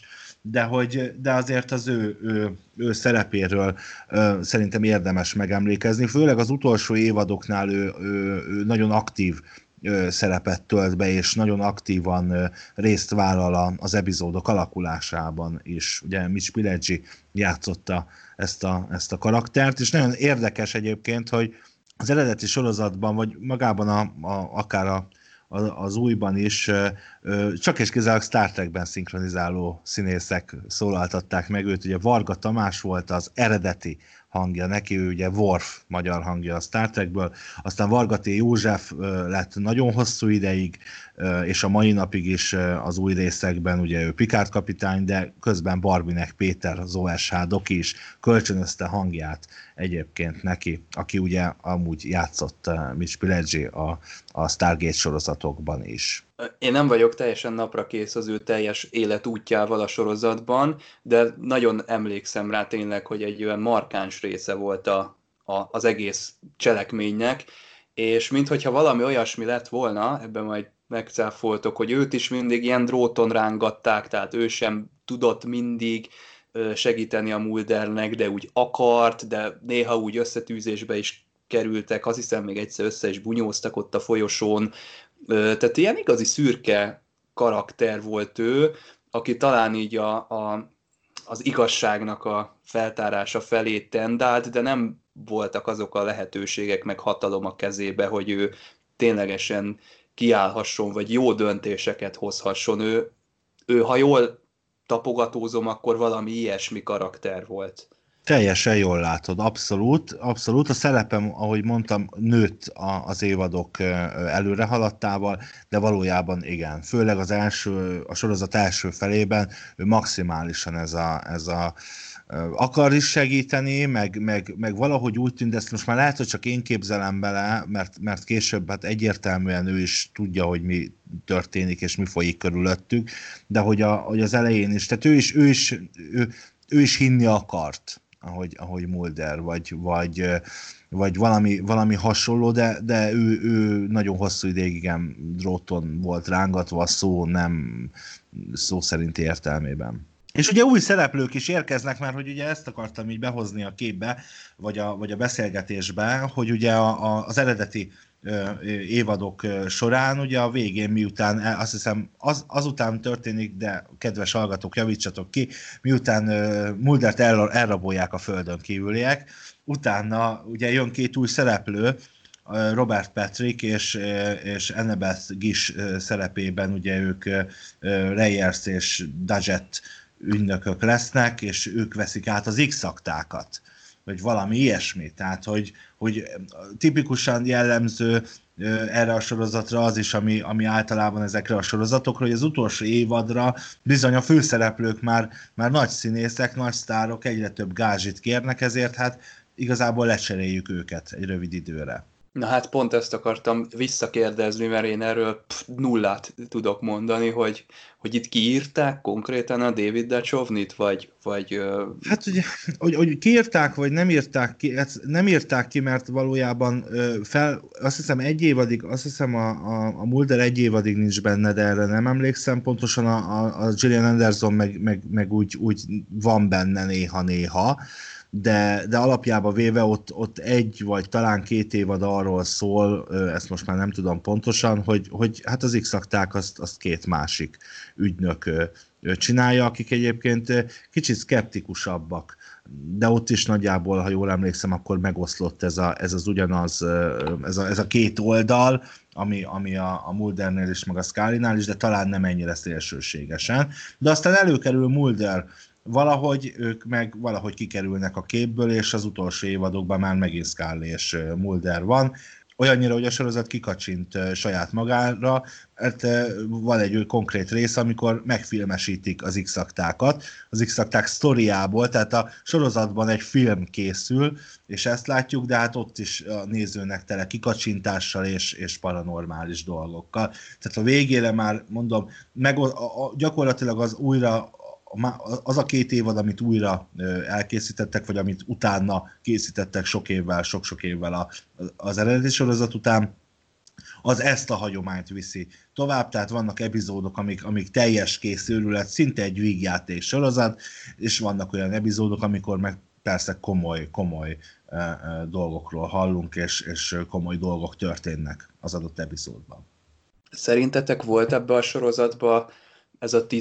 de azért az ő szerepéről szerintem érdemes megemlékezni, főleg az utolsó évadoknál ő nagyon aktív szerepet tölt be, és nagyon aktívan részt vállal az epizódok alakulásában is. Ugye Mitch Pileggi játszotta ezt a karaktert, és nagyon érdekes egyébként, hogy az eredeti sorozatban, vagy magában akár az újban is csak és kizárólag Star Trekben szinkronizáló színészek szólaltatták meg őt. Ugye Varga Tamás volt az eredeti hangja neki, ő ugye Worf magyar hangja a Star Trekből, aztán Varga T. József lett nagyon hosszú ideig, és a mai napig is az új részekben ugye ő Picard kapitány, de közben Barbinek Péter, az OSH doki is kölcsönözte hangját egyébként neki, aki ugye amúgy játszott Mitch Pileggi a Stargate sorozatokban is. Én nem vagyok teljesen naprakész az ő teljes életútjával a sorozatban, de nagyon emlékszem rá tényleg, hogy egy olyan markáns része volt az egész cselekménynek, és minthogyha valami olyasmi lett volna, ebben majd megcáfoltok, hogy őt is mindig ilyen dróton rángatták, tehát ő sem tudott mindig segíteni a Muldernek, de úgy akart, de néha úgy összetűzésbe is kerültek, azt hiszem még egyszer össze is bunyóztak ott a folyosón, tehát ilyen igazi szürke karakter volt ő, aki talán így az igazságnak a feltárása felé tendált, de nem voltak azok a lehetőségek meg hatalom a kezébe, hogy ő ténylegesen kiállhasson, vagy jó döntéseket hozhasson. Ő ha jól tapogatózom, akkor valami ilyesmi karakter volt. Teljesen jól látod, abszolút. A szerepem, ahogy mondtam, nőtt az évadok előre haladtával, de valójában igen. Főleg a sorozat első felében ő maximálisan ez a akar is segíteni, meg valahogy úgy tűnt, ezt most már lehet, hogy csak én képzelem bele, mert később hát egyértelműen ő is tudja, hogy mi történik, és mi folyik körülöttük, de hogy az elején is, tehát ő is hinni akart, ahogy Mulder, vagy valami hasonló, de ő nagyon hosszú ideig igen dróton volt rángatva, szó szerinti értelmében. És ugye új szereplők is érkeznek, mert hogy ugye ezt akartam így behozni a képbe, vagy a beszélgetésbe, hogy ugye az eredeti évadok során, ugye a végén miután, azt hiszem azután történik, de kedves hallgatók, javítsatok ki, miután Muldert elrabolják a földön kívüliek, utána ugye jön két új szereplő, Robert Patrick és Annabeth Gish szerepében, ugye ők Reyes és Dodgett ügynökök lesznek, és ők veszik át az X-aktákat, vagy valami ilyesmi. Tehát, hogy tipikusan jellemző erre a sorozatra az is, ami általában ezekre a sorozatokra, hogy az utolsó évadra bizony a főszereplők már nagy színészek, nagy sztárok, egyre több gázsit kérnek, ezért hát igazából lecseréljük őket egy rövid időre. Na hát pont ezt akartam visszakérdezni, mert én erről nullát tudok mondani, hogy itt kiírták konkrétan a David Duchovnyt, vagy... Hát ugye, hogy kiírták, vagy nem írták ki, nem írták ki, mert valójában azt hiszem a Mulder egy évadig nincs benne, de erre nem emlékszem, pontosan a Gillian Anderson meg úgy van benne néha-néha, de alapjában véve ott egy vagy talán 2 évad arról szól, ezt most már nem tudom pontosan, hogy hát az X-akták azt 2 másik ügynök csinálja, akik egyébként kicsit szkeptikusabbak, de ott is nagyjából, ha jól emlékszem, akkor megoszlott ez a 2 oldal, ami a Muldernél is, meg a Scully-nál is, de talán nem ennyire szélsőségesen. De aztán előkerül Mulder, valahogy ők meg valahogy kikerülnek a képből, és az utolsó évadokban már megint Scully és Mulder van. Olyannyira, hogy a sorozat kikacsint saját magára, mert van egy konkrét rész, amikor megfilmesítik az X-aktákat, az X-akták sztoriából, tehát a sorozatban egy film készül, és ezt látjuk, de hát ott is a nézőnek tele kikacsintással és paranormális dolgokkal. Tehát a végére már mondom, gyakorlatilag az a 2 évad, amit újra elkészítettek, vagy amit utána készítettek sok-sok évvel az eredeti sorozat után, az ezt a hagyományt viszi tovább, tehát vannak epizódok, amik teljes készülőlet, szinte egy vígjáték sorozat, és vannak olyan epizódok, amikor meg persze komoly dolgokról hallunk, és komoly dolgok történnek az adott epizódban. Szerintetek volt ebbe a sorozatba ez a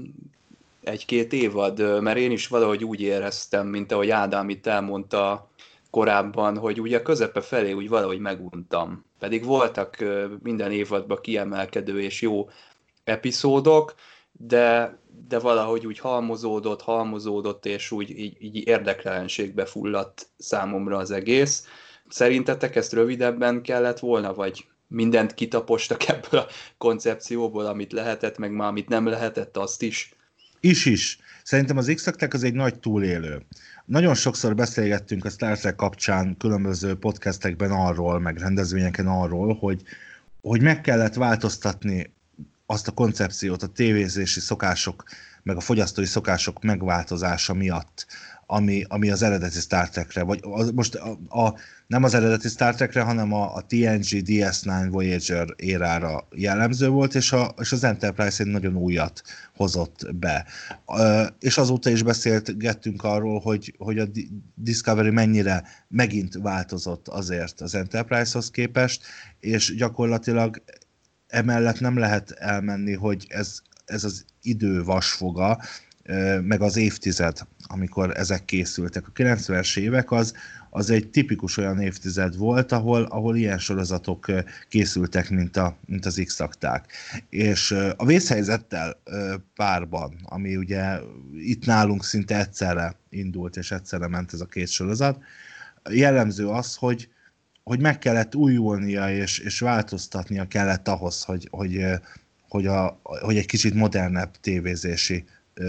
11-2 évad, mert én is valahogy úgy éreztem, mint ahogy Ádám itt elmondta korábban, hogy ugye a közepe felé úgy valahogy meguntam. Pedig voltak minden évadban kiemelkedő és jó epizódok, de valahogy úgy halmozódott, és úgy így érdektelenségbe fulladt számomra az egész. Szerintetek ezt rövidebben kellett volna, vagy mindent kitapostak ebből a koncepcióból, amit lehetett, meg már amit nem lehetett, azt is? Is. Szerintem az X-akták az egy nagy túlélő. Nagyon sokszor beszélgettünk a Star Trek kapcsán különböző podcastekben arról, meg rendezvényeken arról, hogy meg kellett változtatni azt a koncepciót a tévézési szokások, meg a fogyasztói szokások megváltozása miatt, ami az eredeti Star Trekre, vagy most nem az eredeti Star Trekre, hanem a TNG, DS9, Voyager érára jellemző volt, és az Enterprise egy nagyon újat hozott be. És azóta is beszélgettünk arról, hogy a Discovery mennyire megint változott azért az Enterprise-hoz képest, és gyakorlatilag emellett nem lehet elmenni, hogy ez az idő vasfoga, meg az évtized, amikor ezek készültek. A 90-es évek az egy tipikus olyan évtized volt, ahol ilyen sorozatok készültek, mint az X-akták. És a Vészhelyzettel párban, ami ugye itt nálunk szinte egyszerre indult, és egyszerre ment ez a 2 sorozat, jellemző az, hogy meg kellett újulnia, és változtatnia kellett ahhoz, hogy egy kicsit modernebb tévézési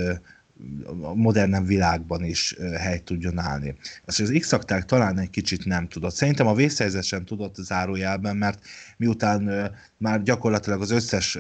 modernebb világban is helyt tudjon állni. Az X-akták talán egy kicsit nem tudott. Szerintem a Vészhelyzet sem tudott zárójelben, mert miután már gyakorlatilag az összes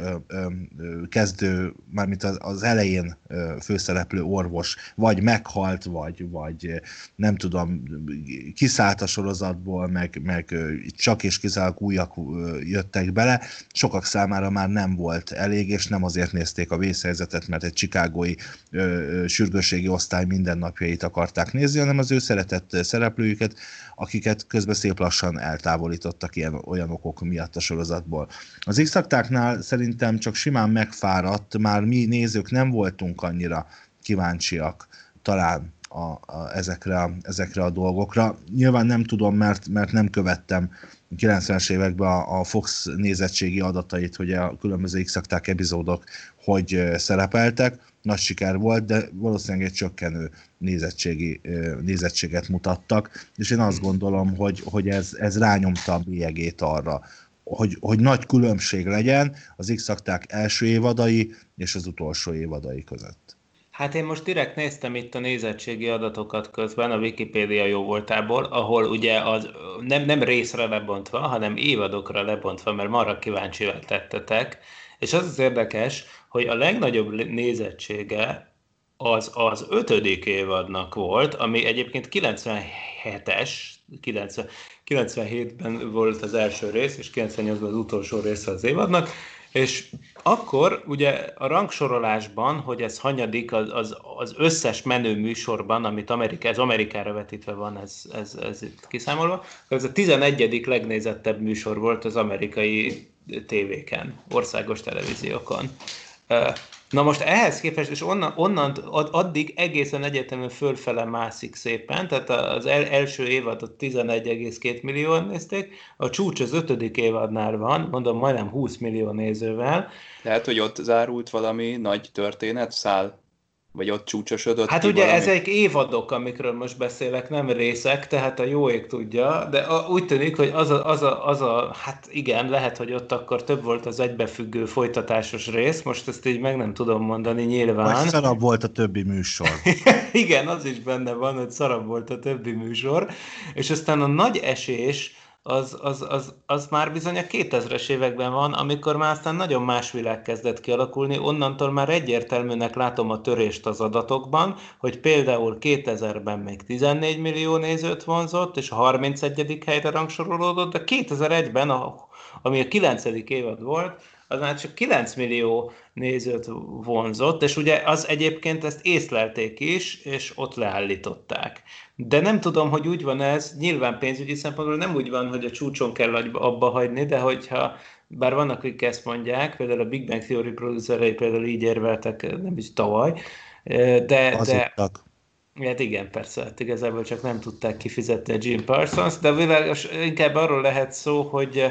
kezdő, mármint az elején főszereplő orvos vagy meghalt, vagy nem tudom, kiszállt a sorozatból, meg csak és kizárólag újak jöttek bele, sokak számára már nem volt elég, és nem azért nézték a Vészhelyzetet, mert egy chicagói sürgősségi osztály mindennapjait akarták nézni, hanem az ő szeretett szereplőjüket, akiket közben szép lassan eltávolítottak olyan okok miatt a sorozatból. Az X-aktáknál szerintem csak simán megfáradt, már mi nézők nem voltunk annyira kíváncsiak talán ezekre a dolgokra. Nyilván nem tudom, mert nem követtem 90-es években a Fox nézettségi adatait, hogy a különböző X-akták epizódok hogy szerepeltek. Nagy siker volt, de valószínűleg egy csökkenő nézettséget mutattak, és én azt gondolom, hogy ez rányomta a bélyegét arra, hogy nagy különbség legyen az X-akták első évadai és az utolsó évadai között. Hát én most direkt néztem itt a nézettségi adatokat közben a Wikipédia jóvoltából, ahol ugye az nem részre lebontva, hanem évadokra lebontva, mert marra kíváncsival tettetek, és az érdekes, hogy a legnagyobb nézettsége az 5. évadnak volt, ami egyébként 97-ben volt az első rész, és 98-ban az utolsó része az évadnak, és akkor ugye a rangsorolásban, hogy ez hanyadik az összes menő műsorban, amit Amerikára vetítve van, ez itt kiszámolva, ez a 11. legnézettebb műsor volt az amerikai tévéken, országos televíziókon. Na most ehhez képest, és onnan addig egészen egyetemben fölfele mászik szépen, tehát az első évadot 11,2 millióan nézték, a csúcs az 5. évadnál van, mondom majdnem 20 millió nézővel. Lehet, hogy ott zárult valami nagy történetszál? Vagy ott csúcsosodott? Hát ugye valami? Ezek évadok, amikről most beszélek, nem részek, tehát a jó ég tudja, de úgy tűnik, hogy hát igen, lehet, hogy ott akkor több volt az egybefüggő folytatásos rész, most ezt így meg nem tudom mondani nyilván. Vagy szarabb volt a többi műsor. Igen, az is benne van, hogy szarabb volt a többi műsor, és aztán a nagy esés, az már bizony a 2000-es években van, amikor már aztán nagyon más világ kezdett kialakulni, onnantól már egyértelműnek látom a törést az adatokban, hogy például 2000-ben még 14 millió nézőt vonzott, és a 31. helyre rangsorolódott, de 2001-ben, ami a 9. évad volt, az már csak 9 millió nézőt vonzott, és ugye az egyébként ezt észlelték is, és ott leállították. De nem tudom, hogy úgy van ez, nyilván pénzügyi szempontból nem úgy van, hogy a csúcson kell abba hagyni, de hogyha, bár vannak, akik ezt mondják, például a Big Bang Theory producerei például így érveltek, nem is tavaly, de hát igen, persze, hát igazából csak nem tudták kifizetni a Jim Parsons, de világos, inkább arról lehet szó, hogy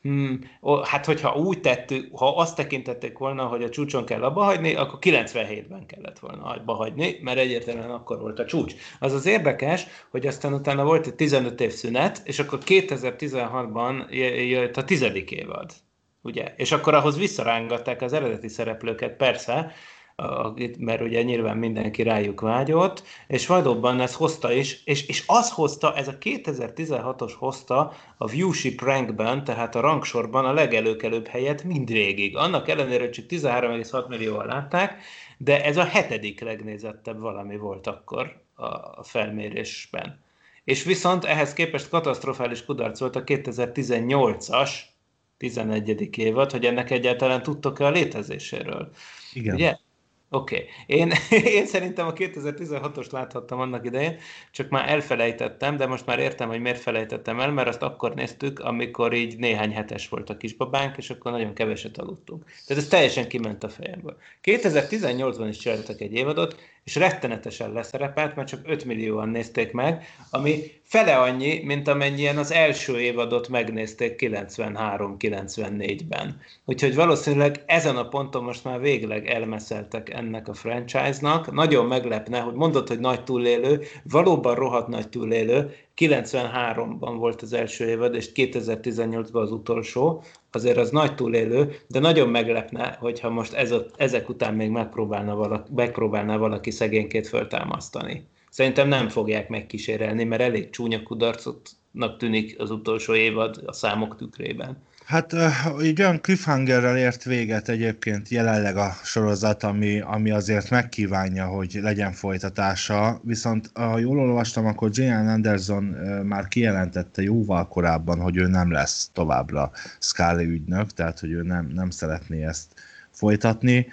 hát hogyha úgy tettük, ha azt tekintették volna, hogy a csúcson kell abba hagyni, akkor 97-ben kellett volna abba hagyni, mert egyértelműen akkor volt a csúcs. Az érdekes, hogy aztán utána volt egy 15 év szünet, és akkor 2016-ban jött a 10. évad, ugye? És akkor ahhoz visszarángatták az eredeti szereplőket, persze, mert ugye nyilván mindenki rájuk vágyott, és valóban ez hozta is, és az hozta, ez a 2016-os hozta a Viewship Rankben, tehát a rangsorban a legelőkelőbb helyet mindvégig. Annak ellenére, hogy csak 13,6 millióan látták, de ez a 7. legnézettebb valami volt akkor a felmérésben. És viszont ehhez képest katasztrofális kudarc volt a 2018-as 11. évad, hogy ennek egyáltalán tudtok-e a létezéséről. Igen. Ugye? Oké. Én szerintem a 2016-ost láthattam annak idején, csak már elfelejtettem, de most már értem, hogy miért felejtettem el, mert azt akkor néztük, amikor így néhány hetes volt a kisbabánk, és akkor nagyon keveset aludtunk. Tehát ez teljesen kiment a fejemből. 2018-ban is csináltak egy évadot, és rettenetesen leszerepelt, mert csak 5 millióan nézték meg, ami fele annyi, mint amennyien az első évadot megnézték 93-94-ben. Úgyhogy valószínűleg ezen a ponton most már végleg elmeszeltek ennek a franchise-nak. Nagyon meglepne, hogy mondod, hogy nagy túlélő, valóban rohadt nagy túlélő, 93-ban volt az első évad, és 2018-ban az utolsó, azért az nagy túlélő, de nagyon meglepne, hogyha most ezek után még megpróbálná valaki szegénykét föltámasztani. Szerintem nem fogják megkísérelni, mert elég csúnya kudarcotnak tűnik az utolsó évad a számok tükrében. Hát egy olyan cliffhangerrel ért véget egyébként jelenleg a sorozat, ami azért megkívánja, hogy legyen folytatása, viszont ha jól olvastam, akkor Gillian Anderson már kijelentette jóval korábban, hogy ő nem lesz továbbra Scully ügynök, tehát hogy ő nem szeretné ezt folytatni.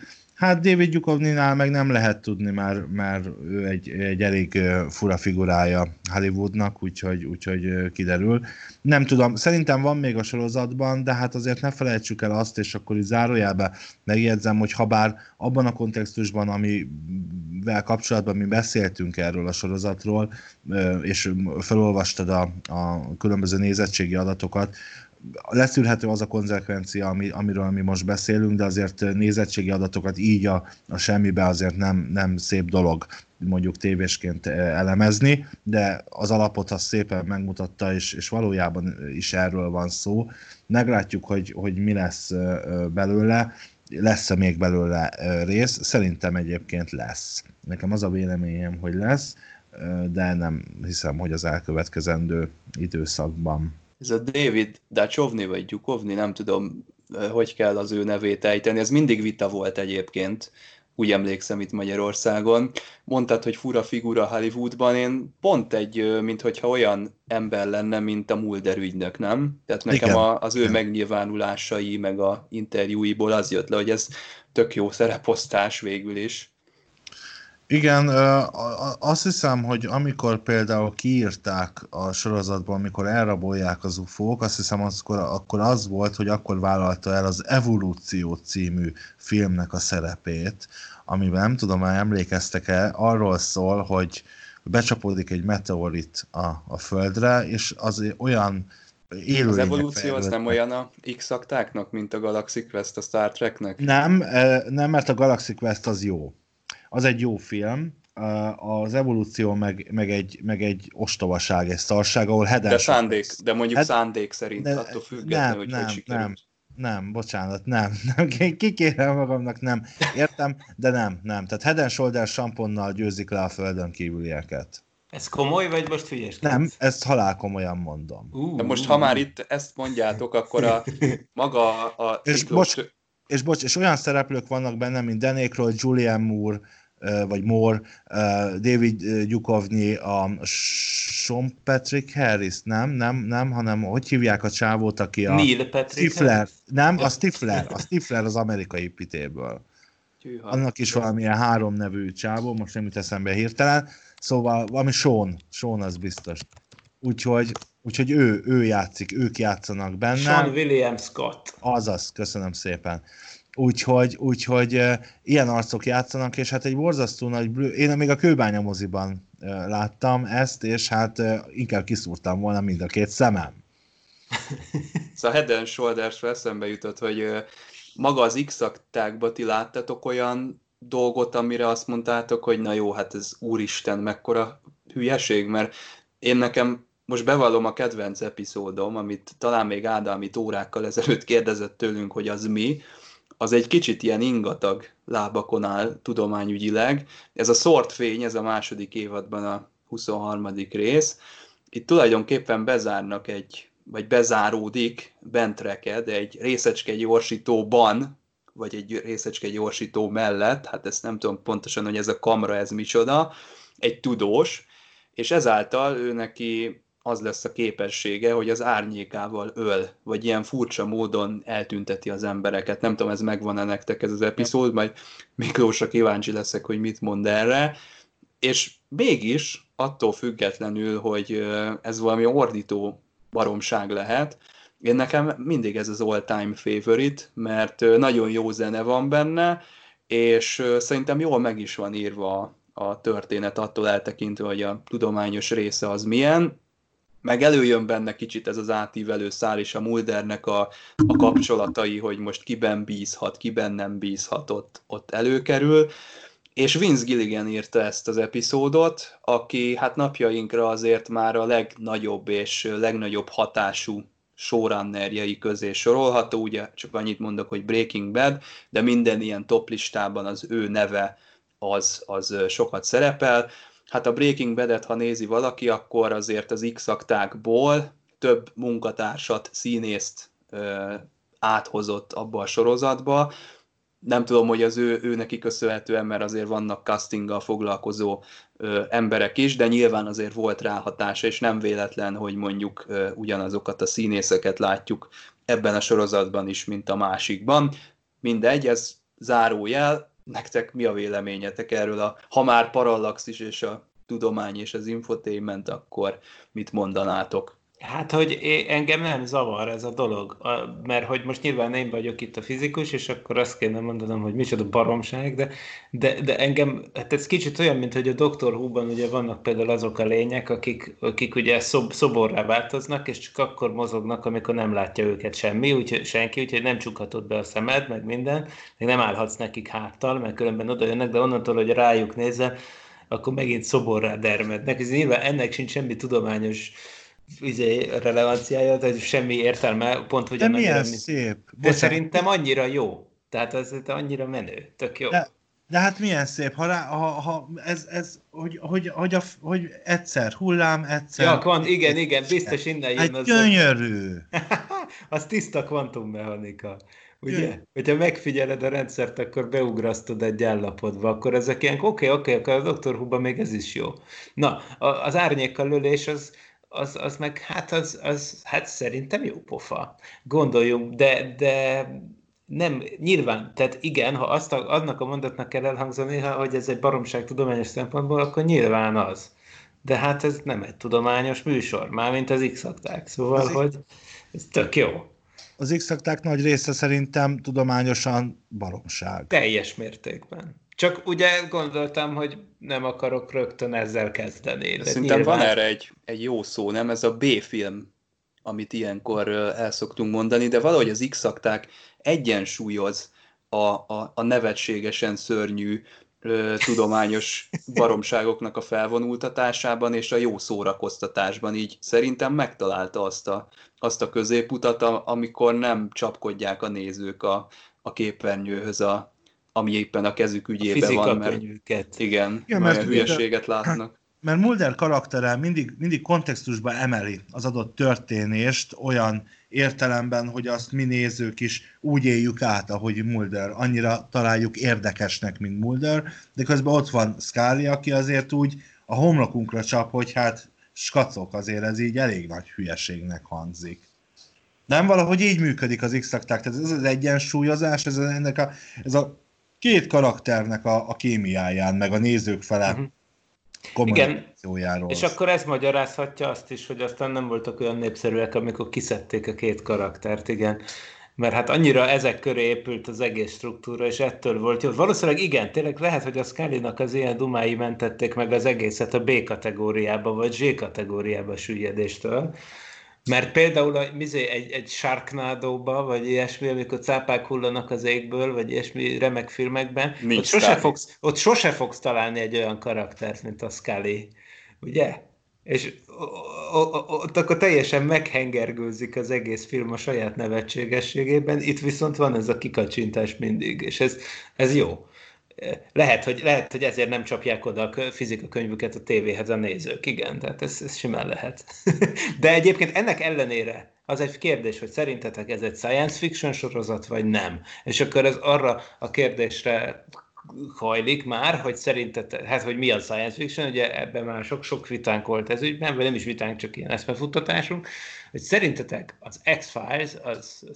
Hát David Duchovnynál meg nem lehet tudni, mert ő egy elég fura figurája Hollywoodnak, úgyhogy kiderül. Nem tudom, szerintem van még a sorozatban, de hát azért ne felejtsük el azt, és akkor is zárójelben megjegyzem, hogy habár abban a kontextusban, amivel kapcsolatban mi beszéltünk erről a sorozatról, és felolvastad a különböző nézettségi adatokat, leszűrhető az a konzekvencia, amiről mi most beszélünk, de azért nézettségi adatokat így a semmibe azért nem szép dolog mondjuk tévésként elemezni, de az alapot az szépen megmutatta, és valójában is erről van szó. Meglátjuk, hogy mi lesz belőle, lesz-e még belőle rész, szerintem egyébként lesz. Nekem az a véleményem, hogy lesz, de nem hiszem, hogy az elkövetkezendő időszakban. Ez a David Duchovny vagy Duchovny, nem tudom, hogy kell az ő nevét ejteni, ez mindig vita volt egyébként, úgy emlékszem itt Magyarországon. Mondtad, hogy fura figura Hollywoodban, én pont minthogyha olyan ember lenne, mint a Mulder ügynök, nem? Tehát nekem az ő megnyilvánulásai, meg a interjúiból az jött le, hogy ez tök jó szereposztás végül is. Igen, azt hiszem, hogy amikor például kiírták a sorozatban, amikor elrabolják az UFO-k, azt hiszem, akkor az volt, hogy akkor vállalta el az Evolúció című filmnek a szerepét, amiben nem tudom, már emlékeztek-e, arról szól, hogy becsapódik egy meteorit a Földre, és az olyan élőlények. Az Evolúció az nem olyan a X-aktáknak, mint a Galaxy Quest a Star Treknek? Nem, mert a Galaxy Quest az jó. Az egy jó film, az Evolúció meg egy ostobaság, egy szarság, ahol de mondjuk szándék szerint, attól függetlenül, hogy sikerült. Nem, bocsánat, nem. Kikérem magamnak, nem. Értem, de nem. Tehát Head and Shoulders samponnal győzik le a földön kívülieket. Ez komoly, vagy most hülyes? Nem, ezt halál komolyan mondom. De most, ha már itt ezt mondjátok, akkor maga a ciklus... És olyan szereplők vannak benne, mint Dan Aykroyd, Julianne Moore, vagy Moore, David Duchovny, a Sean Patrick Harris, nem, hanem hogy hívják a csávót, aki a... Neil Patrick Stifler. Harris? Nem, a Stifler az amerikai pitéből. Annak is valamilyen 3 nevű csávó, most nem jut eszembe hirtelen, szóval valami Sean az biztos. Úgyhogy ő játszik, ők játszanak benne. Sean William Scott. Azaz, köszönöm szépen. Úgyhogy ilyen arcok játszanak, és hát egy borzasztó nagy én még a Kőbánya moziban láttam ezt, és hát inkább kiszúrtam volna mind a 2 szemem. Szóval Head and Shoulders-ről eszembe jutott, hogy maga az X-aktákban ti láttatok olyan dolgot, amire azt mondtátok, hogy na jó, hát ez úristen, mekkora hülyeség, mert én nekem most bevallom a kedvenc epizódom, amit talán még Ádám itt órákkal ezelőtt kérdezett tőlünk, hogy az mi, az egy kicsit ilyen ingatag lábakon áll tudományügyileg. Ez a Szórtfény, ez a második évadban a 23. rész. Itt tulajdonképpen bezáródik, bent reked egy részecske gyorsítóban, vagy egy részecske gyorsító mellett, hát ezt nem tudom pontosan, hogy ez a kamra, ez micsoda, egy tudós, és ezáltal ő neki az lesz a képessége, hogy az árnyékával öl, vagy ilyen furcsa módon eltünteti az embereket. Nem tudom, ez megvan-e nektek ez az epizód, majd Miklósra kíváncsi leszek, hogy mit mond erre. És mégis, attól függetlenül, hogy ez valami ordító baromság lehet, én nekem mindig ez az all-time favorite, mert nagyon jó zene van benne, és szerintem jól meg is van írva a történet, attól eltekintve, hogy a tudományos része az milyen, meg előjön benne kicsit ez az átívelő szál és a Muldernek a kapcsolatai, hogy most kiben bízhat, kiben nem bízhat, ott előkerül. És Vince Gilligan írta ezt az epizódot, aki hát napjainkra azért már a legnagyobb és legnagyobb hatású showrunnerjei közé sorolható, ugye csak annyit mondok, hogy Breaking Bad, de minden ilyen top listában az ő neve az sokat szerepel. Hát a Breaking Bad-et, ha nézi valaki, akkor azért az X-aktákból több munkatársat, színészt áthozott abba a sorozatba. Nem tudom, hogy az ő neki köszönhetően, mert azért vannak castinggal foglalkozó emberek is, de nyilván azért volt ráhatása, és nem véletlen, hogy mondjuk ugyanazokat a színészeket látjuk ebben a sorozatban is, mint a másikban. Mindegy, ez zárójel. nektek mi a véleményetek erről ha már parallaxis és a tudomány és az infotainment, akkor mit mondanátok? Hát, hogy engem nem zavar ez a dolog, mert hogy most nyilván én vagyok itt a fizikus, és akkor azt kéne mondanom, hogy micsoda baromság, de engem, hát ez kicsit olyan, mint hogy a Dr. Who-ban ugye vannak például azok a lények, akik ugye szoborrá változnak, és csak akkor mozognak, amikor nem látja őket senki, úgyhogy nem csukhatod be a szemed, meg minden, meg nem állhatsz nekik háttal, mert különben oda jönnek, de onnantól, hogy rájuk nézel, akkor megint szoborrá dermednek. Ez nyilván ennek sincs semmi tudományos relevanciája, tehát semmi értelme, pont hogy... De milyen szép! De szerintem annyira jó. Tehát ez annyira menő. Tök jó. De hát milyen szép, hogy egyszer hullám, egyszer... Ja, igen, biztos innen jön. Hát gyönyörű! Az tiszta kvantummechanika. Ugye? Hogyha megfigyeled a rendszert, akkor beugrasztod egy állapotba, akkor ezek ilyen, oké, akkor a Dr. Who-ban még ez is jó. Na, az árnyékkal lölés az meg, hát szerintem jó pofa. Gondoljunk, de nem, nyilván, tehát igen, ha annak a mondatnak kell elhangzani, hogy ez egy baromság tudományos szempontból, akkor nyilván az. De hát ez nem egy tudományos műsor, mármint az X-akták, szóval, hogy ez tök jó. Az X-akták nagy része szerintem tudományosan baromság. Teljes mértékben. Csak ugye gondoltam, hogy nem akarok rögtön ezzel kezdeni. Szerintem nyilván... van erre egy jó szó, nem? Ez a B-film, amit ilyenkor el szoktunk mondani, de valahogy az X-akták egyensúlyoz a nevetségesen szörnyű tudományos baromságoknak a felvonultatásában és a jó szórakoztatásban. Így szerintem megtalálta azt a középutat, amikor nem csapkodják a nézők a képernyőhöz, ami éppen a kezük ügyében van, mert igen, mert hülyeséget látnak. Mert Mulder karaktere mindig kontextusba emeli az adott történést olyan értelemben, hogy azt mi nézők is úgy éljük át, ahogy Mulder. Annyira találjuk érdekesnek, mint Mulder, de közben ott van Scully, aki azért úgy a homlokunkra csap, hogy hát skacok, azért ez így elég nagy hülyeségnek hangzik. Nem valahogy így működik az X-akták, tehát ez az egyensúlyozás, ez a két karakternek a kémiáján, meg a nézők fele kommunikációjáról. Igen, és akkor ez magyarázhatja azt is, hogy aztán nem voltak olyan népszerűek, amikor kiszedték a két karaktert, igen. Mert hát annyira ezek köré épült az egész struktúra, és ettől volt jó. Valószínűleg igen, tényleg lehet, hogy a Scully-nak az ilyen dumái mentették meg az egészet a B kategóriába, vagy Z kategóriába süllyedéstől. Mert például egy Sharknado-ba, vagy ilyesmi, amikor cápák hullanak az égből, vagy ilyesmi remek filmekben, ott sose fogsz találni egy olyan karaktert, mint a Scully. Ugye? És ott akkor teljesen meghengergőzik az egész film a saját nevetségességében, itt viszont van ez a kikacsintás mindig, és ez jó. Lehet, hogy ezért nem csapják oda a fizikakönyvüket a tévéhez a nézők, igen, tehát ez simán lehet. De egyébként ennek ellenére az egy kérdés, hogy szerintetek ez egy science fiction sorozat, vagy nem? És akkor ez arra a kérdésre hajlik már, hogy szerintetek, hát hogy mi a science fiction, ugye ebben már sok vitánk volt ez ügyben, vagy nem is vitánk, csak ilyen eszmefuttatásunk, hogy szerintetek az X-Files az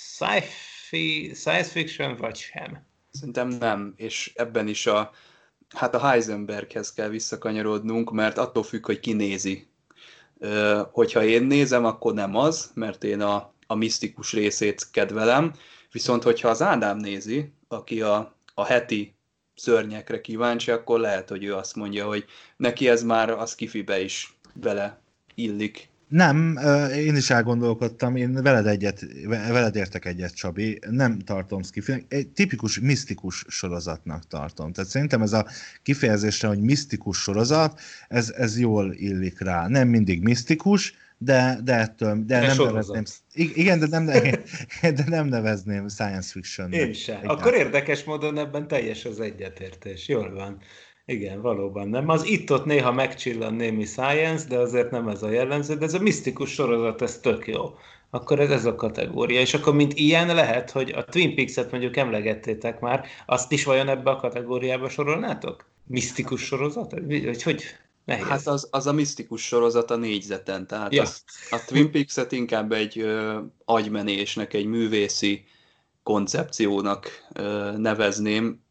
science fiction, vagy sem? Szerintem nem, és ebben is a Heisenberghez kell visszakanyarodnunk, mert attól függ, hogy ki nézi. Hogyha én nézem, akkor nem az, mert én a misztikus részét kedvelem, viszont hogyha az Ádám nézi, aki a heti szörnyekre kíváncsi, akkor lehet, hogy ő azt mondja, hogy neki ez már a sci-fibe is bele illik. Nem, én is elgondolkodtam, én veled értek egyet, Csabi, nem tartom sci-finek, egy tipikus misztikus sorozatnak tartom. Tehát szerintem ez a kifejezésre, hogy misztikus sorozat, ez jól illik rá. Nem mindig misztikus, de nem nevezném. Igen, de nem nevezném science fiction-nek. Én sem. Akkor érdekes módon ebben teljes az egyetértés. Jól van. Igen, valóban nem. Az itt-ott néha megcsillan némi science, de azért nem ez a jellemző, de ez a misztikus sorozat, ez tök jó. Akkor ez a kategória. És akkor mint ilyen lehet, hogy a Twin Peaks-et mondjuk emlegettétek már, azt is vajon ebbe a kategóriába sorolnátok? Misztikus sorozat? Hogy nehéz. Hát az a misztikus sorozat a négyzeten, tehát ja. A Twin Peaks-et inkább egy agymenésnek, egy művészi koncepciónak nevezném,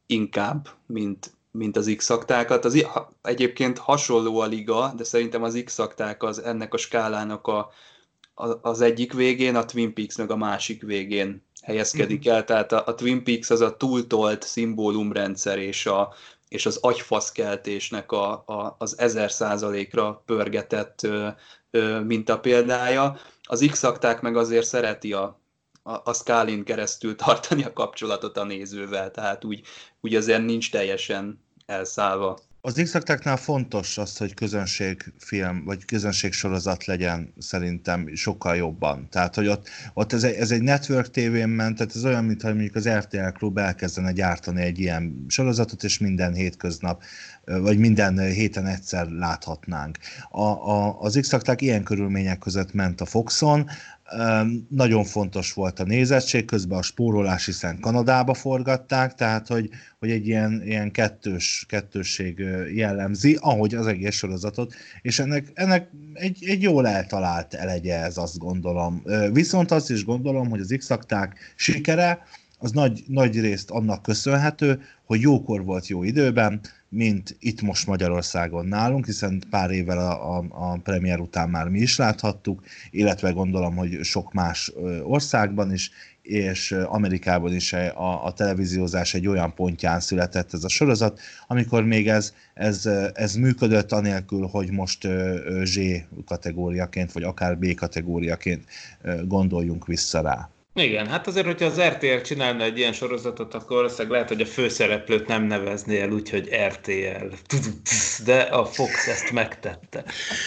inkább, mint az X-aktákat. Egyébként hasonló a liga, de szerintem az X-akták az ennek a skálának az egyik végén, a Twin Peaks meg a másik végén helyezkedik el. Tehát a Twin Peaks az a túltolt szimbólumrendszer és az agyfaszkeltésnek az 1000%-ra pörgetett mintapéldája. Az X-akták meg azért szereti a szkálin keresztül tartani a kapcsolatot a nézővel, tehát úgy azért nincs teljesen elszállva. Az X-aktáknál fontos az, hogy közönségfilm, vagy közönségsorozat legyen szerintem sokkal jobban. Tehát, hogy ott ez egy network tévén ment, tehát ez olyan, mintha mondjuk az RTL Klub elkezdene gyártani egy ilyen sorozatot, és minden hétköznap, vagy minden héten egyszer láthatnánk. Az X-akták ilyen körülmények között ment a Foxon, nagyon fontos volt a nézettség, közben a spórolás, hiszen Kanadába forgatták, tehát hogy egy ilyen kettősség jellemzi, ahogy az egész sorozatot, és ennek egy jól eltalált elegye ez, azt gondolom. Viszont azt is gondolom, hogy az X-akták sikere az nagy részt annak köszönhető, hogy jókor volt, jó időben, mint itt most Magyarországon nálunk, hiszen pár évvel a premier után már mi is láthattuk, illetve gondolom, hogy sok más országban is, és Amerikában is a televíziózás egy olyan pontján született ez a sorozat, amikor még ez működött, anélkül, hogy most Z kategóriaként, vagy akár B kategóriaként gondoljunk vissza rá. Igen, hát azért, hogyha az RTL csinálna egy ilyen sorozatot, akkor valószínűleg lehet, hogy a főszereplőt nem nevezné el úgy, hogy RTL. De a Fox ezt megtette.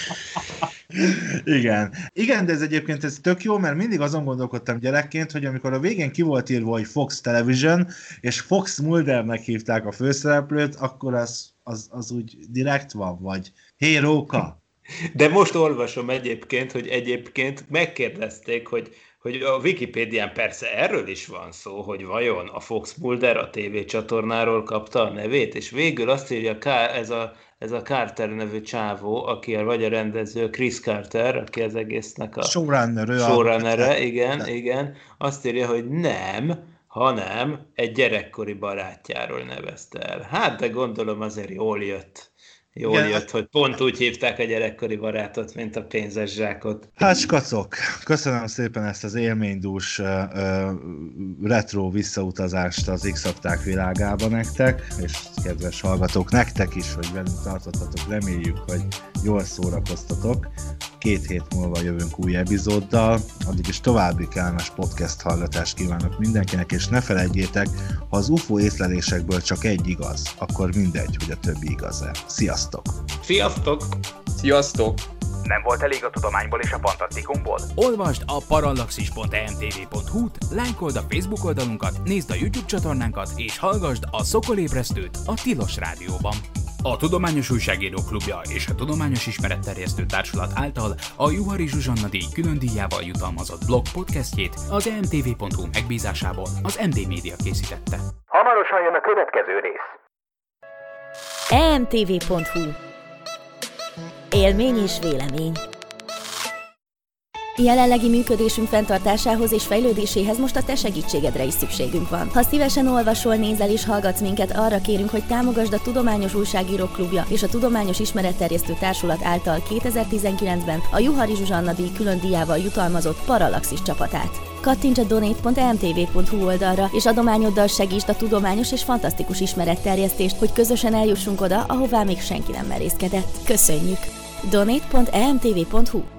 Igen, de ez egyébként ez tök jó, mert mindig azon gondolkodtam gyerekként, hogy amikor a végén ki volt írva, hogy Fox Television, és Fox Muldernek hívták a főszereplőt, akkor az úgy direkt van, vagy hé, Róka! De most olvasom egyébként, hogy megkérdezték, hogy a Wikipédián persze erről is van szó, hogy vajon a Fox Mulder a tévécsatornáról kapta a nevét, és végül azt írja ez a Carter nevű csávó, aki vagy a rendező, Chris Carter, aki az egésznek a showrunnere, igen, azt írja, hogy nem, hanem egy gyerekkori barátjáról nevezte el. Hát, de gondolom azért jól jött, hogy pont úgy hívták a gyerekkori barátot, mint a pénzes zsákot. Hát skacok, köszönöm szépen ezt az élménydús retro visszautazást az X-akták világába nektek, és kedves hallgatók, nektek is, hogy velünk tartottatok, reméljük, hogy jól szórakoztatok. 2 hét múlva jövünk új epizóddal, addig is további kellemes podcast hallgatást kívánok mindenkinek, és ne felejtjétek, ha az UFO észlelésekből csak egy igaz, akkor mindegy, hogy a többi igaz-e. Sziasztok! Sziasztok! Sziasztok! Nem volt elég a tudományból és a fantasztikumból? Olvasd a parallaxis.emtv.hu-t, lájkold a Facebook oldalunkat, nézd a YouTube csatornánkat, és hallgasd a Szokolébresztőt a Tilos Rádióban. A Tudományos Újságírók Klubja és a Tudományos Ismeretterjesztő Társulat által a Juhari Zsuzsanna díj külön díjával jutalmazott blog podcastjét az emtv.hu megbízásából az MD Media készítette. Hamarosan jön a következő rész. emtv.hu. Élmény és vélemény. Jelenlegi működésünk fenntartásához és fejlődéséhez most a te segítségedre is szükségünk van. Ha szívesen olvasol, nézel és hallgatsz minket, arra kérünk, hogy támogasd a Tudományos Újságírók Klubja és a Tudományos Ismeretterjesztő Társulat által 2019-ben a Juhari Zsuzsanna díj külön díjával jutalmazott Parallaxis csapatát. Kattints a donate.emtv.hu oldalra, és adományoddal segítsd a tudományos és fantasztikus ismeretterjesztést, hogy közösen eljussunk oda, ahová még senki nem merészkedett. Köszönjük! donate.emtv.hu